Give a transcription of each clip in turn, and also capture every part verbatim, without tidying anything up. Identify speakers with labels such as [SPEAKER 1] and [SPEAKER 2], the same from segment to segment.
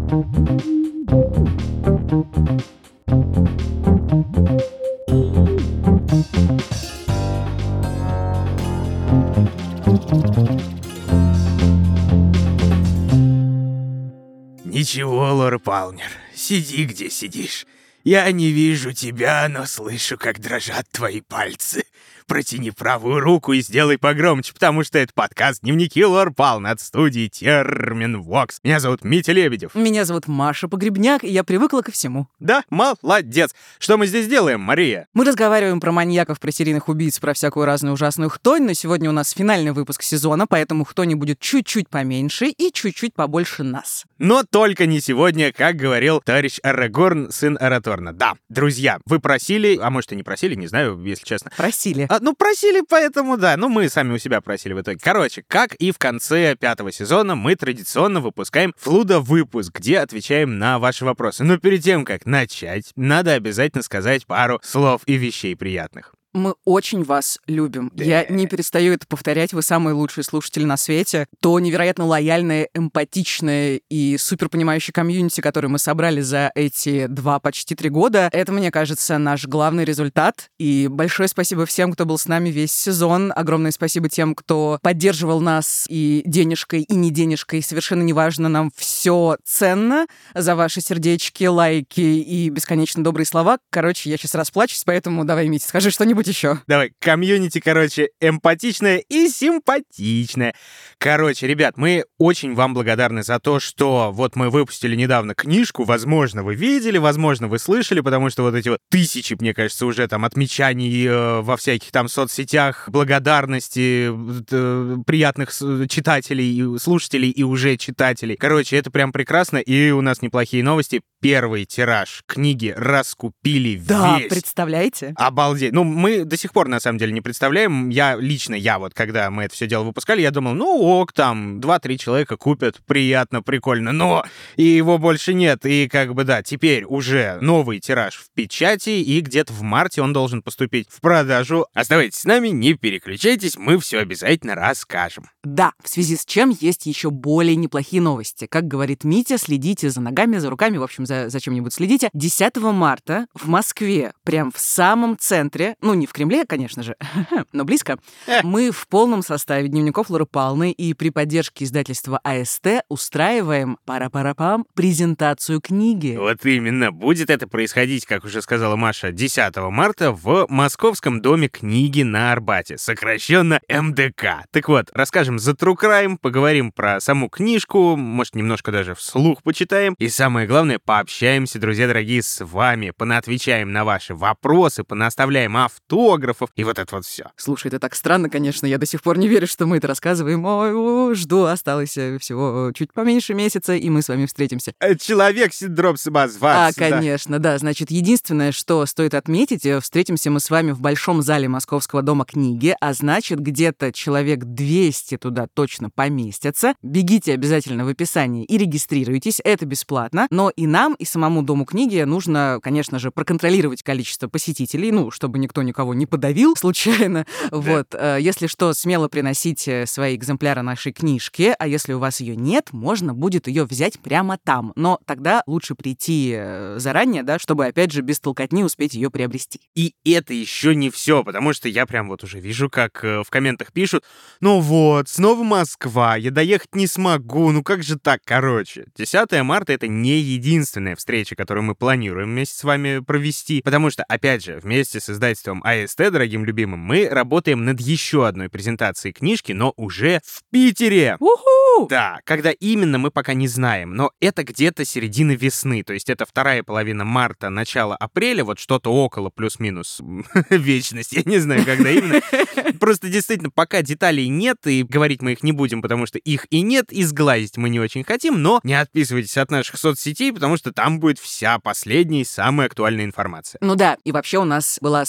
[SPEAKER 1] Ничего, Лора Палмер, сиди, где сидишь. Я не вижу тебя, но слышу, как дрожат твои пальцы. Протяни правую руку и сделай погромче, потому что это подкаст «Дневники Лоры Палмер» от студии Терминвокс. Меня зовут Митя Лебедев.
[SPEAKER 2] Меня зовут Маша Погребняк, и я привыкла ко всему.
[SPEAKER 1] Да, молодец. Что мы здесь делаем, Мария?
[SPEAKER 2] Мы разговариваем про маньяков, про серийных убийц, про всякую разную ужасную хтонь, но сегодня у нас финальный выпуск сезона, поэтому хтони будет чуть-чуть поменьше и чуть-чуть побольше нас.
[SPEAKER 1] Но только не сегодня, как говорил товарищ Арагорн, сын Араторна. Да, друзья, вы просили, а может и не просили, не знаю, если честно.
[SPEAKER 2] Просили.
[SPEAKER 1] А, ну, просили, поэтому да. Ну, мы сами у себя просили в итоге. Короче, как и в конце пятого сезона, мы традиционно выпускаем флудо-выпуск, где отвечаем на ваши вопросы. Но перед тем, как начать, надо обязательно сказать пару слов и вещей приятных.
[SPEAKER 2] Мы очень вас любим. Да. Я не перестаю это повторять. Вы самые лучшие слушатели на свете. То невероятно лояльное, эмпатичное и суперпонимающее комьюнити, которое мы собрали за эти два, почти три года, это, мне кажется, наш главный результат. И большое спасибо всем, кто был с нами весь сезон. Огромное спасибо тем, кто поддерживал нас и денежкой, и не денежкой. Совершенно неважно, нам все ценно за ваши сердечки, лайки и бесконечно добрые слова. Короче, я сейчас расплачусь, поэтому давай, Митя, скажи что-нибудь еще.
[SPEAKER 1] Давай, комьюнити, короче, эмпатичное и симпатичное. Короче, ребят, мы очень вам благодарны за то, что вот мы выпустили недавно книжку, возможно, вы видели, возможно, вы слышали, потому что вот эти вот тысячи, мне кажется, уже там отмечаний э, во всяких там соцсетях, благодарности э, приятных читателей, и слушателей и уже читателей. Короче, это прям прекрасно, и у нас неплохие новости. Первый тираж книги раскупили весь.
[SPEAKER 2] Да, представляете?
[SPEAKER 1] Обалдеть. Ну, мы до сих пор, на самом деле, не представляем. Я лично, я вот, когда мы это все дело выпускали, я думал, ну ок, там, два-три человека купят, приятно, прикольно, но и его больше нет. И как бы, да, теперь уже новый тираж в печати, и где-то в марте он должен поступить в продажу. Оставайтесь с нами, не переключайтесь, мы все обязательно расскажем.
[SPEAKER 2] Да, в связи с чем есть еще более неплохие новости. Как говорит Митя, следите за ногами, за руками, в общем, за, за чем-нибудь следите. десятого марта в Москве, прям в самом центре, ну, не в Кремле, конечно же, но близко, мы в полном составе дневников Лоры Палмы и при поддержке издательства АСТ устраиваем, пара-пара-пам, презентацию книги.
[SPEAKER 1] Вот именно. Будет это происходить, как уже сказала Маша, десятого марта в Московском доме книги на Арбате, сокращенно эм дэ ка. Так вот, расскажем за True Crime, поговорим про саму книжку, может, немножко даже вслух почитаем, и самое главное, пообщаемся, друзья дорогие, с вами, понаотвечаем на ваши вопросы, понаставляем автографов, и вот это вот все.
[SPEAKER 2] Слушай, это так странно, конечно, я до сих пор не верю, что мы это рассказываем. Ой, ой, жду, осталось всего чуть поменьше месяца, и мы с вами встретимся.
[SPEAKER 1] Человек-синдром самозванца.
[SPEAKER 2] А, конечно, да. да. Значит, единственное, что стоит отметить, встретимся мы с вами в Большом зале Московского дома книги, а значит, где-то человек двести туда точно поместятся. Бегите обязательно в описании и регистрируйтесь, это бесплатно, но и нам, и самому Дому книги нужно, конечно же, проконтролировать количество посетителей, ну, чтобы никто никого не подавил случайно. Да. Вот, если что, смело приносите свои экземпляры нашей книжки, а если у вас ее нет, можно будет ее взять прямо там. Но тогда лучше прийти заранее, да, чтобы, опять же, без толкотни успеть ее приобрести.
[SPEAKER 1] И это еще не все, потому что я прям вот уже вижу, как в комментах пишут, ну вот, снова Москва, я доехать не смогу, ну как же так, короче. десятого марта — это не единственная встреча, которую мы планируем вместе с вами провести, потому что, опять же, вместе с издательством АСТ, дорогим любимым, мы работаем над еще одной презентацией книжки, но уже в Питере.
[SPEAKER 2] У-ху!
[SPEAKER 1] Да, когда именно, мы пока не знаем, но это где-то середина весны, то есть это вторая половина марта, начало апреля, вот что-то около плюс-минус вечность, я не знаю, когда именно. Просто действительно, пока деталей нет, и говорить мы их не будем, потому что их и нет, и сглазить мы не очень хотим, но не отписывайтесь от наших соцсетей, потому что там будет вся последняя и самая актуальная информация.
[SPEAKER 2] Ну да, и вообще у нас была смелая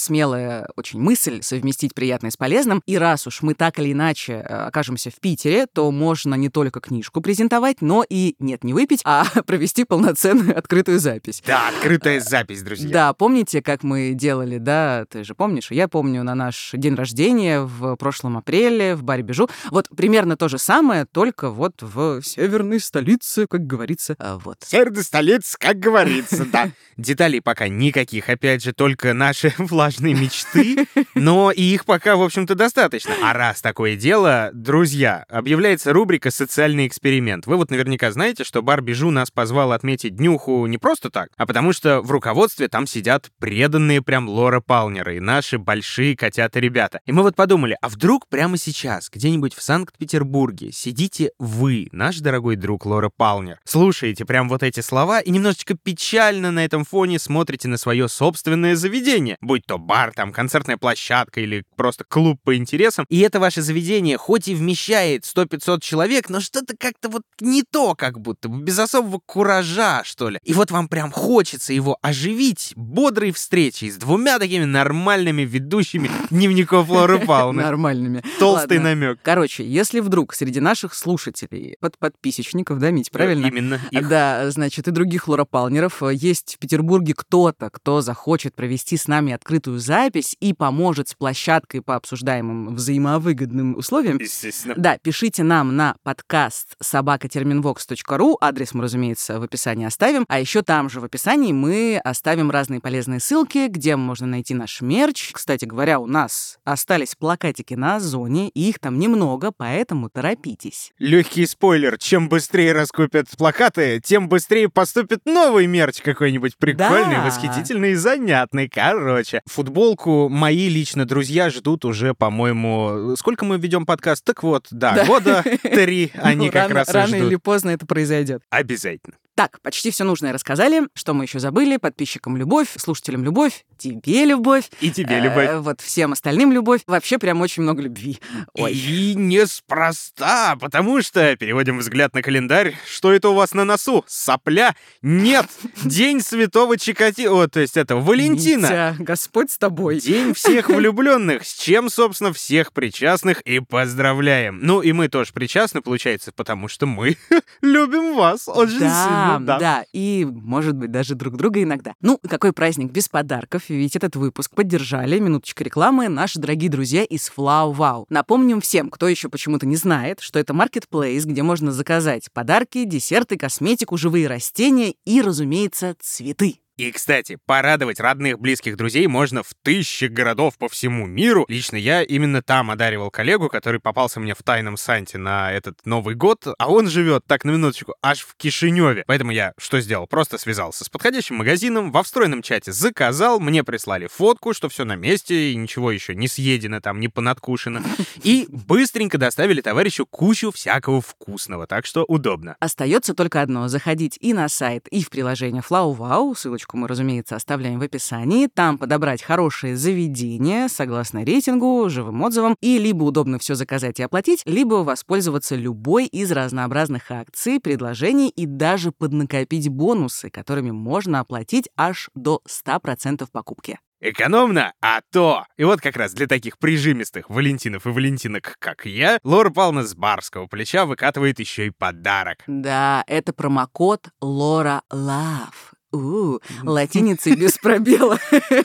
[SPEAKER 2] хорошая очень мысль совместить приятное с полезным. И раз уж мы так или иначе окажемся в Питере, то можно не только книжку презентовать, но и, нет, не выпить, а провести полноценную открытую запись.
[SPEAKER 1] Да, открытая запись, друзья.
[SPEAKER 2] Да, помните, как мы делали, да, ты же помнишь, я помню на наш день рождения в прошлом апреле в баре «Бежу». Вот примерно то же самое, только вот в северной столице, как говорится. А вот.
[SPEAKER 1] Северная столица, как говорится, да. Деталей пока никаких, опять же, только наши влажные мечты, но и их пока, в общем-то, достаточно. А раз такое дело, друзья, объявляется рубрика «Социальный эксперимент». Вы вот наверняка знаете, что бар «Бежу» нас позвал отметить днюху не просто так, а потому что в руководстве там сидят преданные прям Лора Палнеры и наши большие котята-ребята. И мы вот подумали, а вдруг прямо сейчас где-нибудь в Санкт-Петербурге сидите вы, наш дорогой друг Лора Палнер, слушаете прям вот эти слова и немножечко печально на этом фоне смотрите на свое собственное заведение, будь то бар, там, концертная площадка или просто клуб по интересам, и это ваше заведение хоть и вмещает сто-пятьсот человек, но что-то как-то вот не то, как будто бы, без особого куража, что ли. И вот вам прям хочется его оживить бодрой встречей с двумя такими нормальными ведущими дневников Лоры Палны.
[SPEAKER 2] Нормальными.
[SPEAKER 1] Толстый намек.
[SPEAKER 2] Короче, если вдруг среди наших слушателей, под подписчиков, да, Мить, правильно?
[SPEAKER 1] Именно их.
[SPEAKER 2] Да, значит, и других Лора Палнеров есть в Петербурге кто-то, кто захочет провести с нами открытую запись и поможет с площадкой по обсуждаемым взаимовыгодным условиям.
[SPEAKER 1] Естественно.
[SPEAKER 2] Да, пишите нам на подкаст собака терминвокс точка ру. Адрес мы, разумеется, в описании оставим. А еще там же в описании мы оставим разные полезные ссылки, где можно найти наш мерч. Кстати говоря, у нас остались плакатики на Озоне, и их там немного, поэтому торопитесь.
[SPEAKER 1] Легкий спойлер. Чем быстрее раскупят плакаты, тем быстрее поступит новый мерч какой-нибудь прикольный,
[SPEAKER 2] Да.
[SPEAKER 1] восхитительный и занятный. Короче, футболку мои лично друзья ждут уже, по-моему... Сколько мы ведем подкаст? Так вот, да,
[SPEAKER 2] Да.
[SPEAKER 1] года три они
[SPEAKER 2] Ну,
[SPEAKER 1] как
[SPEAKER 2] рано,
[SPEAKER 1] раз и
[SPEAKER 2] рано
[SPEAKER 1] ждут.
[SPEAKER 2] или поздно это произойдет.
[SPEAKER 1] Обязательно.
[SPEAKER 2] Так, почти все нужное рассказали. Что мы еще забыли? Подписчикам любовь, слушателям любовь, тебе любовь.
[SPEAKER 1] И тебе
[SPEAKER 2] э,
[SPEAKER 1] любовь.
[SPEAKER 2] Вот всем остальным любовь. Вообще прям очень много любви. Ой.
[SPEAKER 1] И неспроста, потому что, переводим взгляд на календарь, что это у вас на носу? Сопля? Нет! День Святого Чикатило, то есть это Валентина.
[SPEAKER 2] Митя, Господь с тобой.
[SPEAKER 1] День всех влюбленных, с чем, собственно, всех причастных и поздравляем. Ну и мы тоже причастны, получается, потому что мы любим вас очень
[SPEAKER 2] Да,
[SPEAKER 1] сильно. Да,
[SPEAKER 2] да, и, может быть, даже друг друга иногда. Ну, какой праздник без подарков, ведь этот выпуск поддержали, минуточка рекламы, наши дорогие друзья из Flow Wow. Напомним всем, кто еще почему-то не знает, что это маркетплейс, где можно заказать подарки, десерты, косметику, живые растения и, разумеется, цветы.
[SPEAKER 1] И, кстати, порадовать родных, близких друзей можно в тысячи городов по всему миру. Лично я именно там одаривал коллегу, который попался мне в тайном Санте на этот Новый год, а он живет, так, на минуточку, аж в Кишиневе. Поэтому я что сделал? Просто связался с подходящим магазином, во встроенном чате заказал, мне прислали фотку, что все на месте, и ничего еще не съедено там, не понадкушено. И быстренько доставили товарищу кучу всякого вкусного, так что удобно.
[SPEAKER 2] Остается только одно — заходить и на сайт, и в приложение Flow Wow, ссылочку мы, разумеется, оставляем в описании, там подобрать хорошее заведение, согласно рейтингу, живым отзывам, и либо удобно все заказать и оплатить, либо воспользоваться любой из разнообразных акций, предложений и даже поднакопить бонусы, которыми можно оплатить аж до ста процентов покупки.
[SPEAKER 1] Экономно, а то! И вот как раз для таких прижимистых Валентинов и Валентинок, как я, Лора Павловна с барского плеча выкатывает еще и подарок.
[SPEAKER 2] Да, это промокод Лора Лав. У, латиницей без пробела.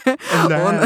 [SPEAKER 2] Он,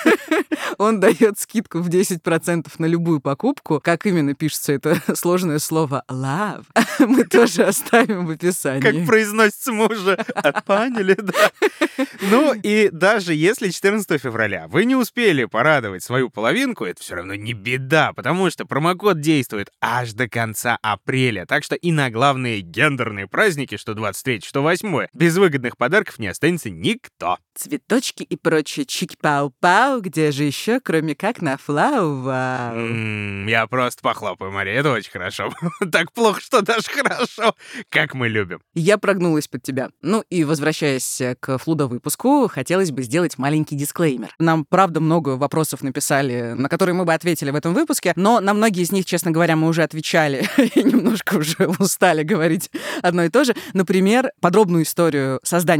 [SPEAKER 2] он дает скидку в десять процентов на любую покупку. Как именно пишется это сложное слово love, мы тоже оставим в описании.
[SPEAKER 1] Как произносится, мы уже поняли, да. Ну и даже если четырнадцатого февраля вы не успели порадовать свою половинку, это все равно не беда, потому что промокод действует аж до конца апреля. Так что и на главные гендерные праздники, что двадцать третье, что восьмое, без выгодных подарков не останется никто.
[SPEAKER 2] Цветочки и прочие чики-пау-пау, где же еще, кроме как на Flow Wow.
[SPEAKER 1] М-м, я просто похлопаю, Мария, это очень хорошо. Так плохо, что даже хорошо, как мы любим.
[SPEAKER 2] Я прогнулась под тебя. Ну и возвращаясь к флудо-выпуску, хотелось бы сделать маленький дисклеймер. Нам, правда, много вопросов написали, на которые мы бы ответили в этом выпуске, но на многие из них, честно говоря, мы уже отвечали и немножко уже устали говорить одно и то же. Например, подробную историю создания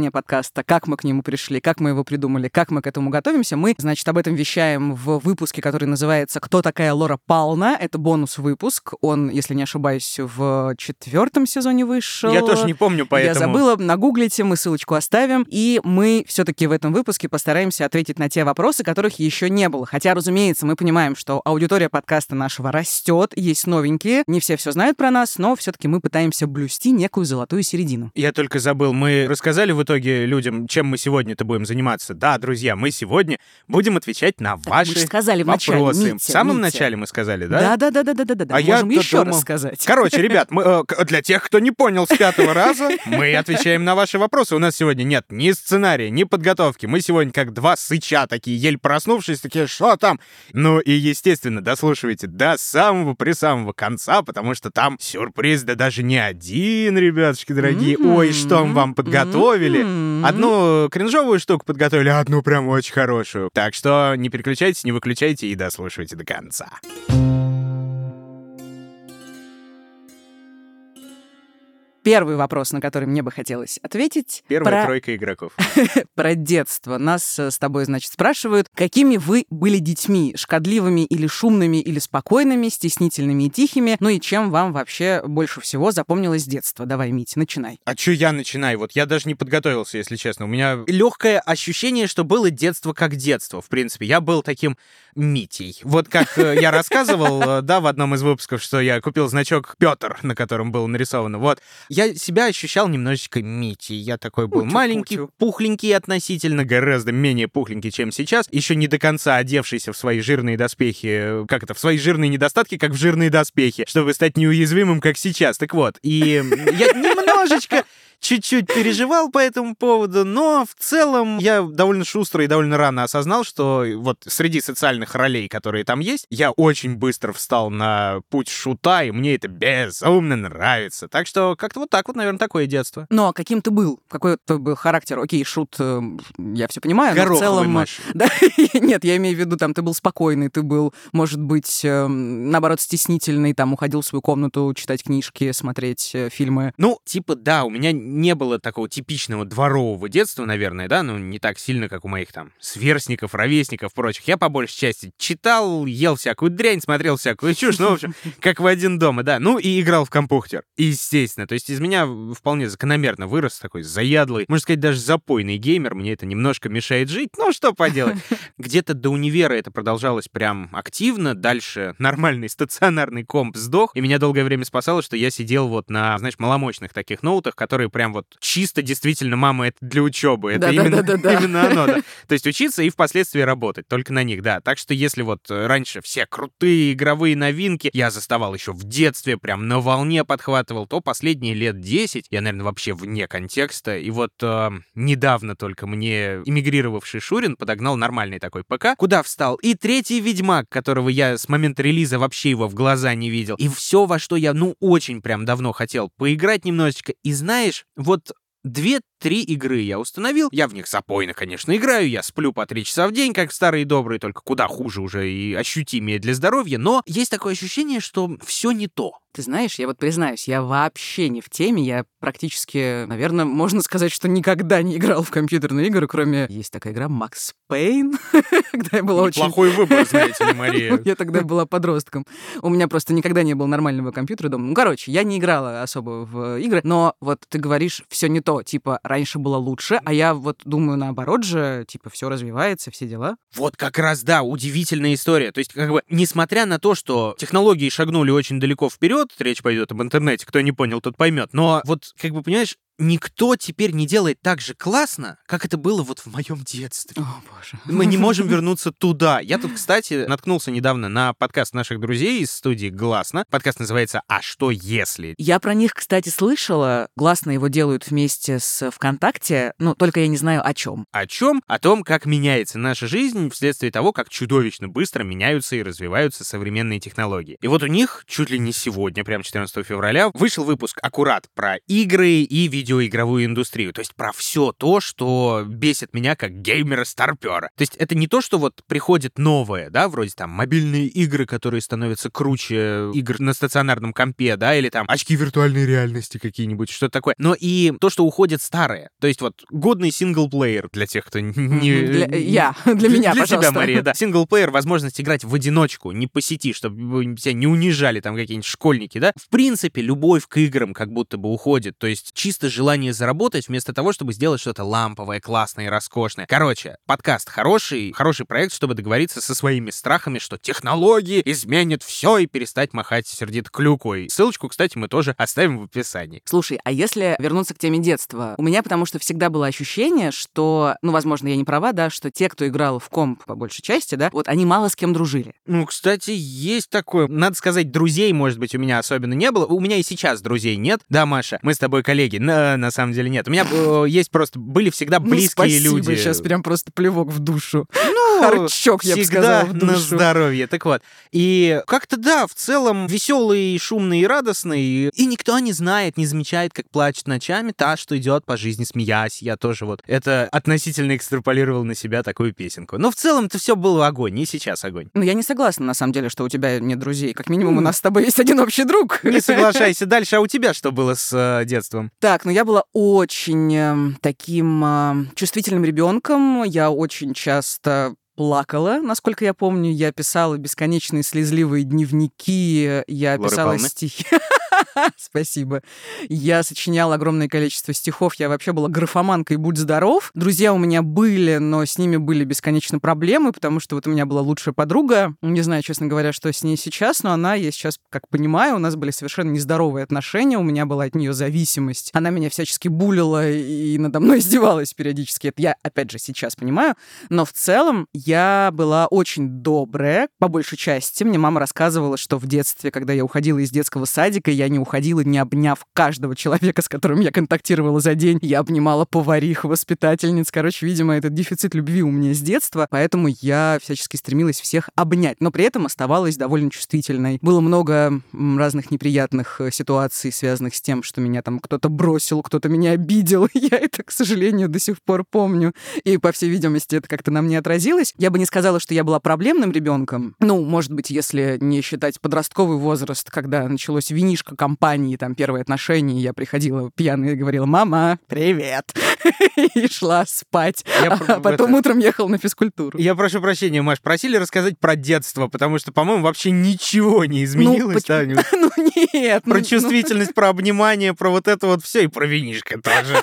[SPEAKER 2] создания подкаста, как мы к нему пришли, как мы его придумали, как мы к этому готовимся, мы, значит, об этом вещаем в выпуске, который называется «Кто такая Лора Пална?». Это бонус-выпуск. Он, если не ошибаюсь, в четвертом сезоне вышел.
[SPEAKER 1] Я тоже не помню, поэтому...
[SPEAKER 2] Я забыла, нагуглите, мы ссылочку оставим. И мы все-таки в этом выпуске постараемся ответить на те вопросы, которых еще не было. Хотя, разумеется, мы понимаем, что аудитория подкаста нашего растет, есть новенькие, не все все знают про нас, но все-таки мы пытаемся блюсти некую золотую середину.
[SPEAKER 1] Я только забыл, мы рассказали в итоге людям, чем мы сегодня-то будем заниматься. Да, друзья, мы сегодня будем отвечать на
[SPEAKER 2] Так
[SPEAKER 1] ваши
[SPEAKER 2] мы же сказали в
[SPEAKER 1] вопросы.
[SPEAKER 2] начале, Митя,
[SPEAKER 1] в самом
[SPEAKER 2] Митя.
[SPEAKER 1] начале мы сказали, да?
[SPEAKER 2] Да, да, да, да, да, да, да.
[SPEAKER 1] А
[SPEAKER 2] Можем
[SPEAKER 1] я
[SPEAKER 2] еще
[SPEAKER 1] думал...
[SPEAKER 2] раз сказать.
[SPEAKER 1] Короче, ребят, мы, э, к- для тех, кто не понял с пятого раза, мы отвечаем на ваши вопросы. У нас сегодня нет ни сценария, ни подготовки. Мы сегодня как два сыча, такие еле проснувшись, такие, что там? Ну и, естественно, дослушивайте до самого-при самого конца, потому что там сюрприз, да даже не один, ребятушки дорогие.
[SPEAKER 2] М-м-м.
[SPEAKER 1] Ой, что мы вам подготовили.
[SPEAKER 2] М-м.
[SPEAKER 1] Одну кринжовую штуку подготовили, а одну прям очень хорошую. Так что не переключайтесь, не выключайте и дослушивайте до конца.
[SPEAKER 2] Первый вопрос, на который мне бы хотелось ответить.
[SPEAKER 1] Первая
[SPEAKER 2] про...
[SPEAKER 1] тройка игроков.
[SPEAKER 2] про детство. Нас э, с тобой, значит, спрашивают, какими вы были детьми? Шкодливыми или шумными, или спокойными, стеснительными и тихими? Ну и чем вам вообще больше всего запомнилось детство? Давай, Митя, начинай.
[SPEAKER 1] А чё я начинаю? Вот я даже не подготовился, если честно. У меня легкое ощущение, что было детство как детство. В принципе, я был таким Митей. Вот как э, я рассказывал, э, да, в одном из выпусков, что я купил значок Пётр, на котором было нарисовано. Вот. Я себя ощущал немножечко Митей. Я такой был
[SPEAKER 2] Путю,
[SPEAKER 1] маленький,
[SPEAKER 2] путю.
[SPEAKER 1] пухленький относительно, гораздо менее пухленький, чем сейчас. Еще не до конца одевшийся в свои жирные доспехи. э, Как это? В свои жирные недостатки, как в жирные доспехи, чтобы стать неуязвимым, как сейчас. Так вот. И я немножечко... чуть-чуть переживал по этому поводу, но в целом я довольно шустро и довольно рано осознал, что вот среди социальных ролей, которые там есть, я очень быстро встал на путь шута, и мне это безумно нравится. Так что как-то вот так вот, наверное, такое детство.
[SPEAKER 2] Ну, а каким ты был? Какой твой был характер? Окей, шут, э, я все понимаю, но в
[SPEAKER 1] Гороховый,
[SPEAKER 2] целом...
[SPEAKER 1] Маша.
[SPEAKER 2] Да, нет, я имею в виду, там, ты был спокойный, ты был, может быть, э, наоборот, стеснительный, там, уходил в свою комнату читать книжки, смотреть э, фильмы.
[SPEAKER 1] Ну, типа, да, у меня не было такого типичного дворового детства, наверное, да, ну, не так сильно, как у моих там сверстников, ровесников, прочих. Я, по большей части, читал, ел всякую дрянь, смотрел всякую чушь, ну, в общем, как в один дома, да. Ну, и играл в компьютер, естественно. То есть из меня вполне закономерно вырос такой заядлый, можно сказать, даже запойный геймер. Мне это немножко мешает жить, ну, что поделать. Где-то до универа это продолжалось прям активно. Дальше нормальный стационарный комп сдох, и меня долгое время спасало, что я сидел вот на, знаешь, маломощных таких ноутах, которые прям вот чисто действительно, мама, это для учебы. Это именно,
[SPEAKER 2] Да-да-да-да-да.
[SPEAKER 1] именно оно, да. То есть учиться и впоследствии работать, только на них, да. Так что если вот раньше все крутые игровые новинки я заставал еще в детстве, прям на волне подхватывал, то последние лет десять я, наверное, вообще вне контекста. И вот э, недавно только мне эмигрировавший Шурин подогнал нормальный такой ПК, куда встал и третий Ведьмак, которого я с момента релиза вообще его в глаза не видел. И все, во что я, ну, очень прям давно хотел поиграть немножечко. И знаешь, вот две-три игры я установил. Я в них запойно, конечно, играю. Я сплю по три часа в день, как старые добрые, только куда хуже уже и ощутимее для здоровья. Но есть такое ощущение, что все не то.
[SPEAKER 2] Ты знаешь, я вот признаюсь, я вообще не в теме, я практически, наверное, можно сказать, что никогда не играл в компьютерные игры, кроме... Есть такая игра Макс Пейн, когда я была очень...
[SPEAKER 1] Плохой выбор, знаете ли, Мария.
[SPEAKER 2] Я тогда была подростком. У меня просто никогда не было нормального компьютера дома. Ну, короче, я не играла особо в игры, но вот ты говоришь, все не то. Типа, раньше было лучше, а я вот думаю, наоборот же, типа, все развивается, все дела.
[SPEAKER 1] Вот как раз, да, удивительная история. То есть, как бы, несмотря на то, что технологии шагнули очень далеко вперед, речь пойдет об интернете, кто не понял, тот поймет, но вот, как бы, понимаешь, никто теперь не делает так же классно, как это было вот в моем детстве.
[SPEAKER 2] О, боже.
[SPEAKER 1] Мы не можем вернуться туда. Я тут, кстати, наткнулся недавно на подкаст наших друзей из студии «Гласно». Подкаст называется «А что если?».
[SPEAKER 2] Я про них, кстати, слышала. Гласно его делают вместе с ВКонтакте, ну, только я не знаю, о чем.
[SPEAKER 1] О чем? О том, как меняется наша жизнь вследствие того, как чудовищно быстро меняются и развиваются современные технологии. И вот у них чуть ли не сегодня, прям четырнадцатого февраля, вышел выпуск аккурат про игры и видеоигры. видеоигровую индустрию. То есть про все то, что бесит меня как геймера-старпера. То есть это не то, что вот приходит новое, да, вроде там мобильные игры, которые становятся круче игр на стационарном компе, да, или там очки виртуальной реальности какие-нибудь, что-то такое. Но и то, что уходит старое. То есть вот годный синглплеер для тех, кто не...
[SPEAKER 2] Для, я, для меня,
[SPEAKER 1] Для
[SPEAKER 2] пожалуйста.
[SPEAKER 1] тебя, Мария, да. Синглплеер, возможность играть в одиночку, не по сети, чтобы тебя не унижали там какие-нибудь школьники, да. В принципе, любовь к играм как будто бы уходит. То есть чисто желание заработать вместо того, чтобы сделать что-то ламповое, классное и роскошное. Короче, подкаст хороший, хороший проект, чтобы договориться со своими страхами, что технологии изменят все и перестать махать сердито клюквой. Ссылочку, кстати, мы тоже оставим в описании.
[SPEAKER 2] Слушай, а если вернуться к теме детства? У меня потому что всегда было ощущение, что, ну, возможно, я не права, да, что те, кто играл в комп по большей части, да, вот они мало с кем дружили.
[SPEAKER 1] Ну, кстати, есть такое. Надо сказать, друзей, может быть, у меня особенно не было. У меня и сейчас друзей нет. Да, Маша, мы с тобой коллеги. На, на самом деле нет. У меня э, есть просто... Были всегда близкие
[SPEAKER 2] ну, спасибо,
[SPEAKER 1] люди.
[SPEAKER 2] Сейчас прям просто плевок в душу.
[SPEAKER 1] Ну,
[SPEAKER 2] Харчок, я бы сказала, в душу.
[SPEAKER 1] на здоровье. Так вот. И как-то, да, в целом веселый, шумный и радостный. И никто не знает, не замечает, как плачет ночами та, что идет по жизни, смеясь. Я тоже вот это относительно экстраполировал на себя такую песенку. Но в целом это все было огонь, и сейчас огонь.
[SPEAKER 2] Ну, я не согласна, на самом деле, что у тебя нет друзей. Как минимум, у нас с тобой есть один общий друг.
[SPEAKER 1] Не соглашайся дальше. А у тебя что было с э, детством?
[SPEAKER 2] Так, ну я была очень э, таким э, чувствительным ребенком. Я очень часто плакала, насколько я помню. Я писала бесконечные слезливые дневники. Я
[SPEAKER 1] Лоры
[SPEAKER 2] писала
[SPEAKER 1] Павловны?
[SPEAKER 2] стихи. Спасибо. Я сочиняла огромное количество стихов. Я вообще была графоманкой, будь здоров. Друзья у меня были, но с ними были бесконечно проблемы, потому что вот у меня была лучшая подруга. Не знаю, честно говоря, что с ней сейчас, но она, я сейчас как понимаю, у нас были совершенно нездоровые отношения. У меня была от нее зависимость. Она меня всячески булила и надо мной издевалась периодически. Это я, опять же, сейчас понимаю. Но в целом я была очень добрая, по большей части. Мне мама рассказывала, что в детстве, когда я уходила из детского садика, я не уходила, не обняв каждого человека, с которым я контактировала за день. Я обнимала поварих, воспитательниц. Короче, видимо, этот дефицит любви у меня с детства, поэтому я всячески стремилась всех обнять, но при этом оставалась довольно чувствительной. Было много разных неприятных ситуаций, связанных с тем, что меня там кто-то бросил, кто-то меня обидел. Я это, к сожалению, до сих пор помню. И, по всей видимости, это как-то на мне отразилось. Я бы не сказала, что я была проблемным ребенком. Ну, может быть, если не считать подростковый возраст, когда началось винишко компании, там, первые отношения, я приходила пьяная и говорила: «Мама, привет!» и шла спать. Я а потом это... утром ехала на физкультуру.
[SPEAKER 1] Я прошу прощения, Маш, просили рассказать про детство, потому что, по-моему, вообще ничего не изменилось.
[SPEAKER 2] Ну,
[SPEAKER 1] да?
[SPEAKER 2] ну нет.
[SPEAKER 1] Про
[SPEAKER 2] ну,
[SPEAKER 1] чувствительность, ну... про обнимание, про вот это вот все, и про винишко тоже.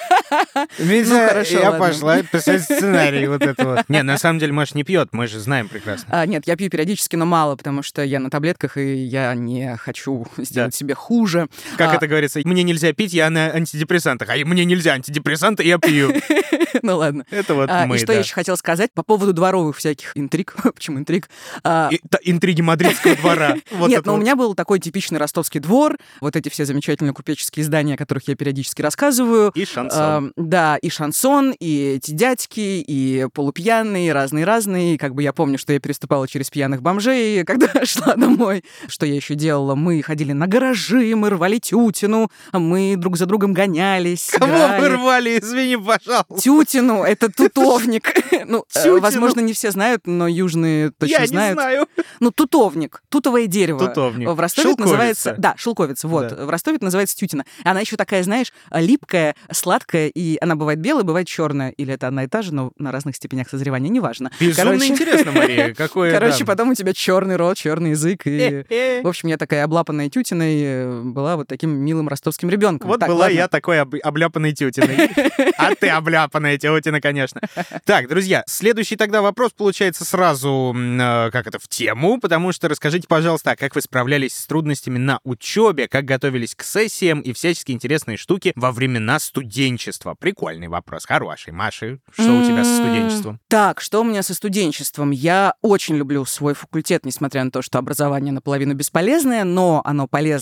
[SPEAKER 2] Ну, хорошо,
[SPEAKER 1] я
[SPEAKER 2] ладно.
[SPEAKER 1] пошла писать сценарий вот это вот. Не, на самом деле, Маш не пьет, мы же знаем прекрасно.
[SPEAKER 2] А, нет, я пью периодически, но мало, потому что я на таблетках, и я не хочу сделать да. себе хуже.
[SPEAKER 1] Как
[SPEAKER 2] а...
[SPEAKER 1] это говорится, мне нельзя пить, я на антидепрессантах, а мне нельзя антидепрессанты, я пью.
[SPEAKER 2] Ну ладно.
[SPEAKER 1] Это вот
[SPEAKER 2] а,
[SPEAKER 1] мы,
[SPEAKER 2] И что
[SPEAKER 1] да.
[SPEAKER 2] я еще хотела сказать по поводу дворовых всяких интриг. Почему интриг? А...
[SPEAKER 1] И, та, интриги мадридского двора. Вот
[SPEAKER 2] Нет, но
[SPEAKER 1] вот.
[SPEAKER 2] у меня был такой типичный ростовский двор, вот эти все замечательные купеческие здания, о которых я периодически рассказываю.
[SPEAKER 1] И шансон.
[SPEAKER 2] А, да, и шансон, и эти дядьки, и полупьяные, разные-разные. Как бы я помню, что я переступала через пьяных бомжей, когда шла домой. Что я еще делала? Мы ходили на гаражи, мы рвали тютину, мы друг за другом гонялись.
[SPEAKER 1] Кого
[SPEAKER 2] играли.
[SPEAKER 1] вы рвали? Извини, пожалуйста.
[SPEAKER 2] Тютину, это тутовник. Ну,
[SPEAKER 1] Тютину.
[SPEAKER 2] возможно, не все знают, но южные точно
[SPEAKER 1] Я
[SPEAKER 2] знают.
[SPEAKER 1] Я не знаю.
[SPEAKER 2] Ну, тутовник, тутовое дерево.
[SPEAKER 1] Тутовник.
[SPEAKER 2] В Ростове
[SPEAKER 1] Шелковица.
[SPEAKER 2] называется... Да, шелковица, вот.
[SPEAKER 1] Да.
[SPEAKER 2] В Ростове это называется тютина. Она еще такая, знаешь, липкая, сладкая, и она бывает белая, бывает черная. Или это одна и та же, но на разных степенях созревания, неважно.
[SPEAKER 1] Безумно
[SPEAKER 2] Короче...
[SPEAKER 1] интересно, Мария. Какое,
[SPEAKER 2] Короче,
[SPEAKER 1] да.
[SPEAKER 2] потом у тебя черный рот, черный язык. И... В общем, я такая облапанная тютиной была вот таким милым ростовским ребенком.
[SPEAKER 1] Вот
[SPEAKER 2] так,
[SPEAKER 1] была
[SPEAKER 2] ладно.
[SPEAKER 1] я такой об... обляпанной тютиной. А ты обляпанная тютина, конечно. Так, друзья, следующий тогда вопрос получается сразу, э, как это, в тему, потому что расскажите, пожалуйста, как вы справлялись с трудностями на учебе, как готовились к сессиям и всяческие интересные штуки во времена студенчества. Прикольный вопрос, хороший. Маша, что у тебя со студенчеством?
[SPEAKER 2] Так, что у меня со студенчеством? Я очень люблю свой факультет, несмотря на то, что образование наполовину бесполезное, но оно полезно в плане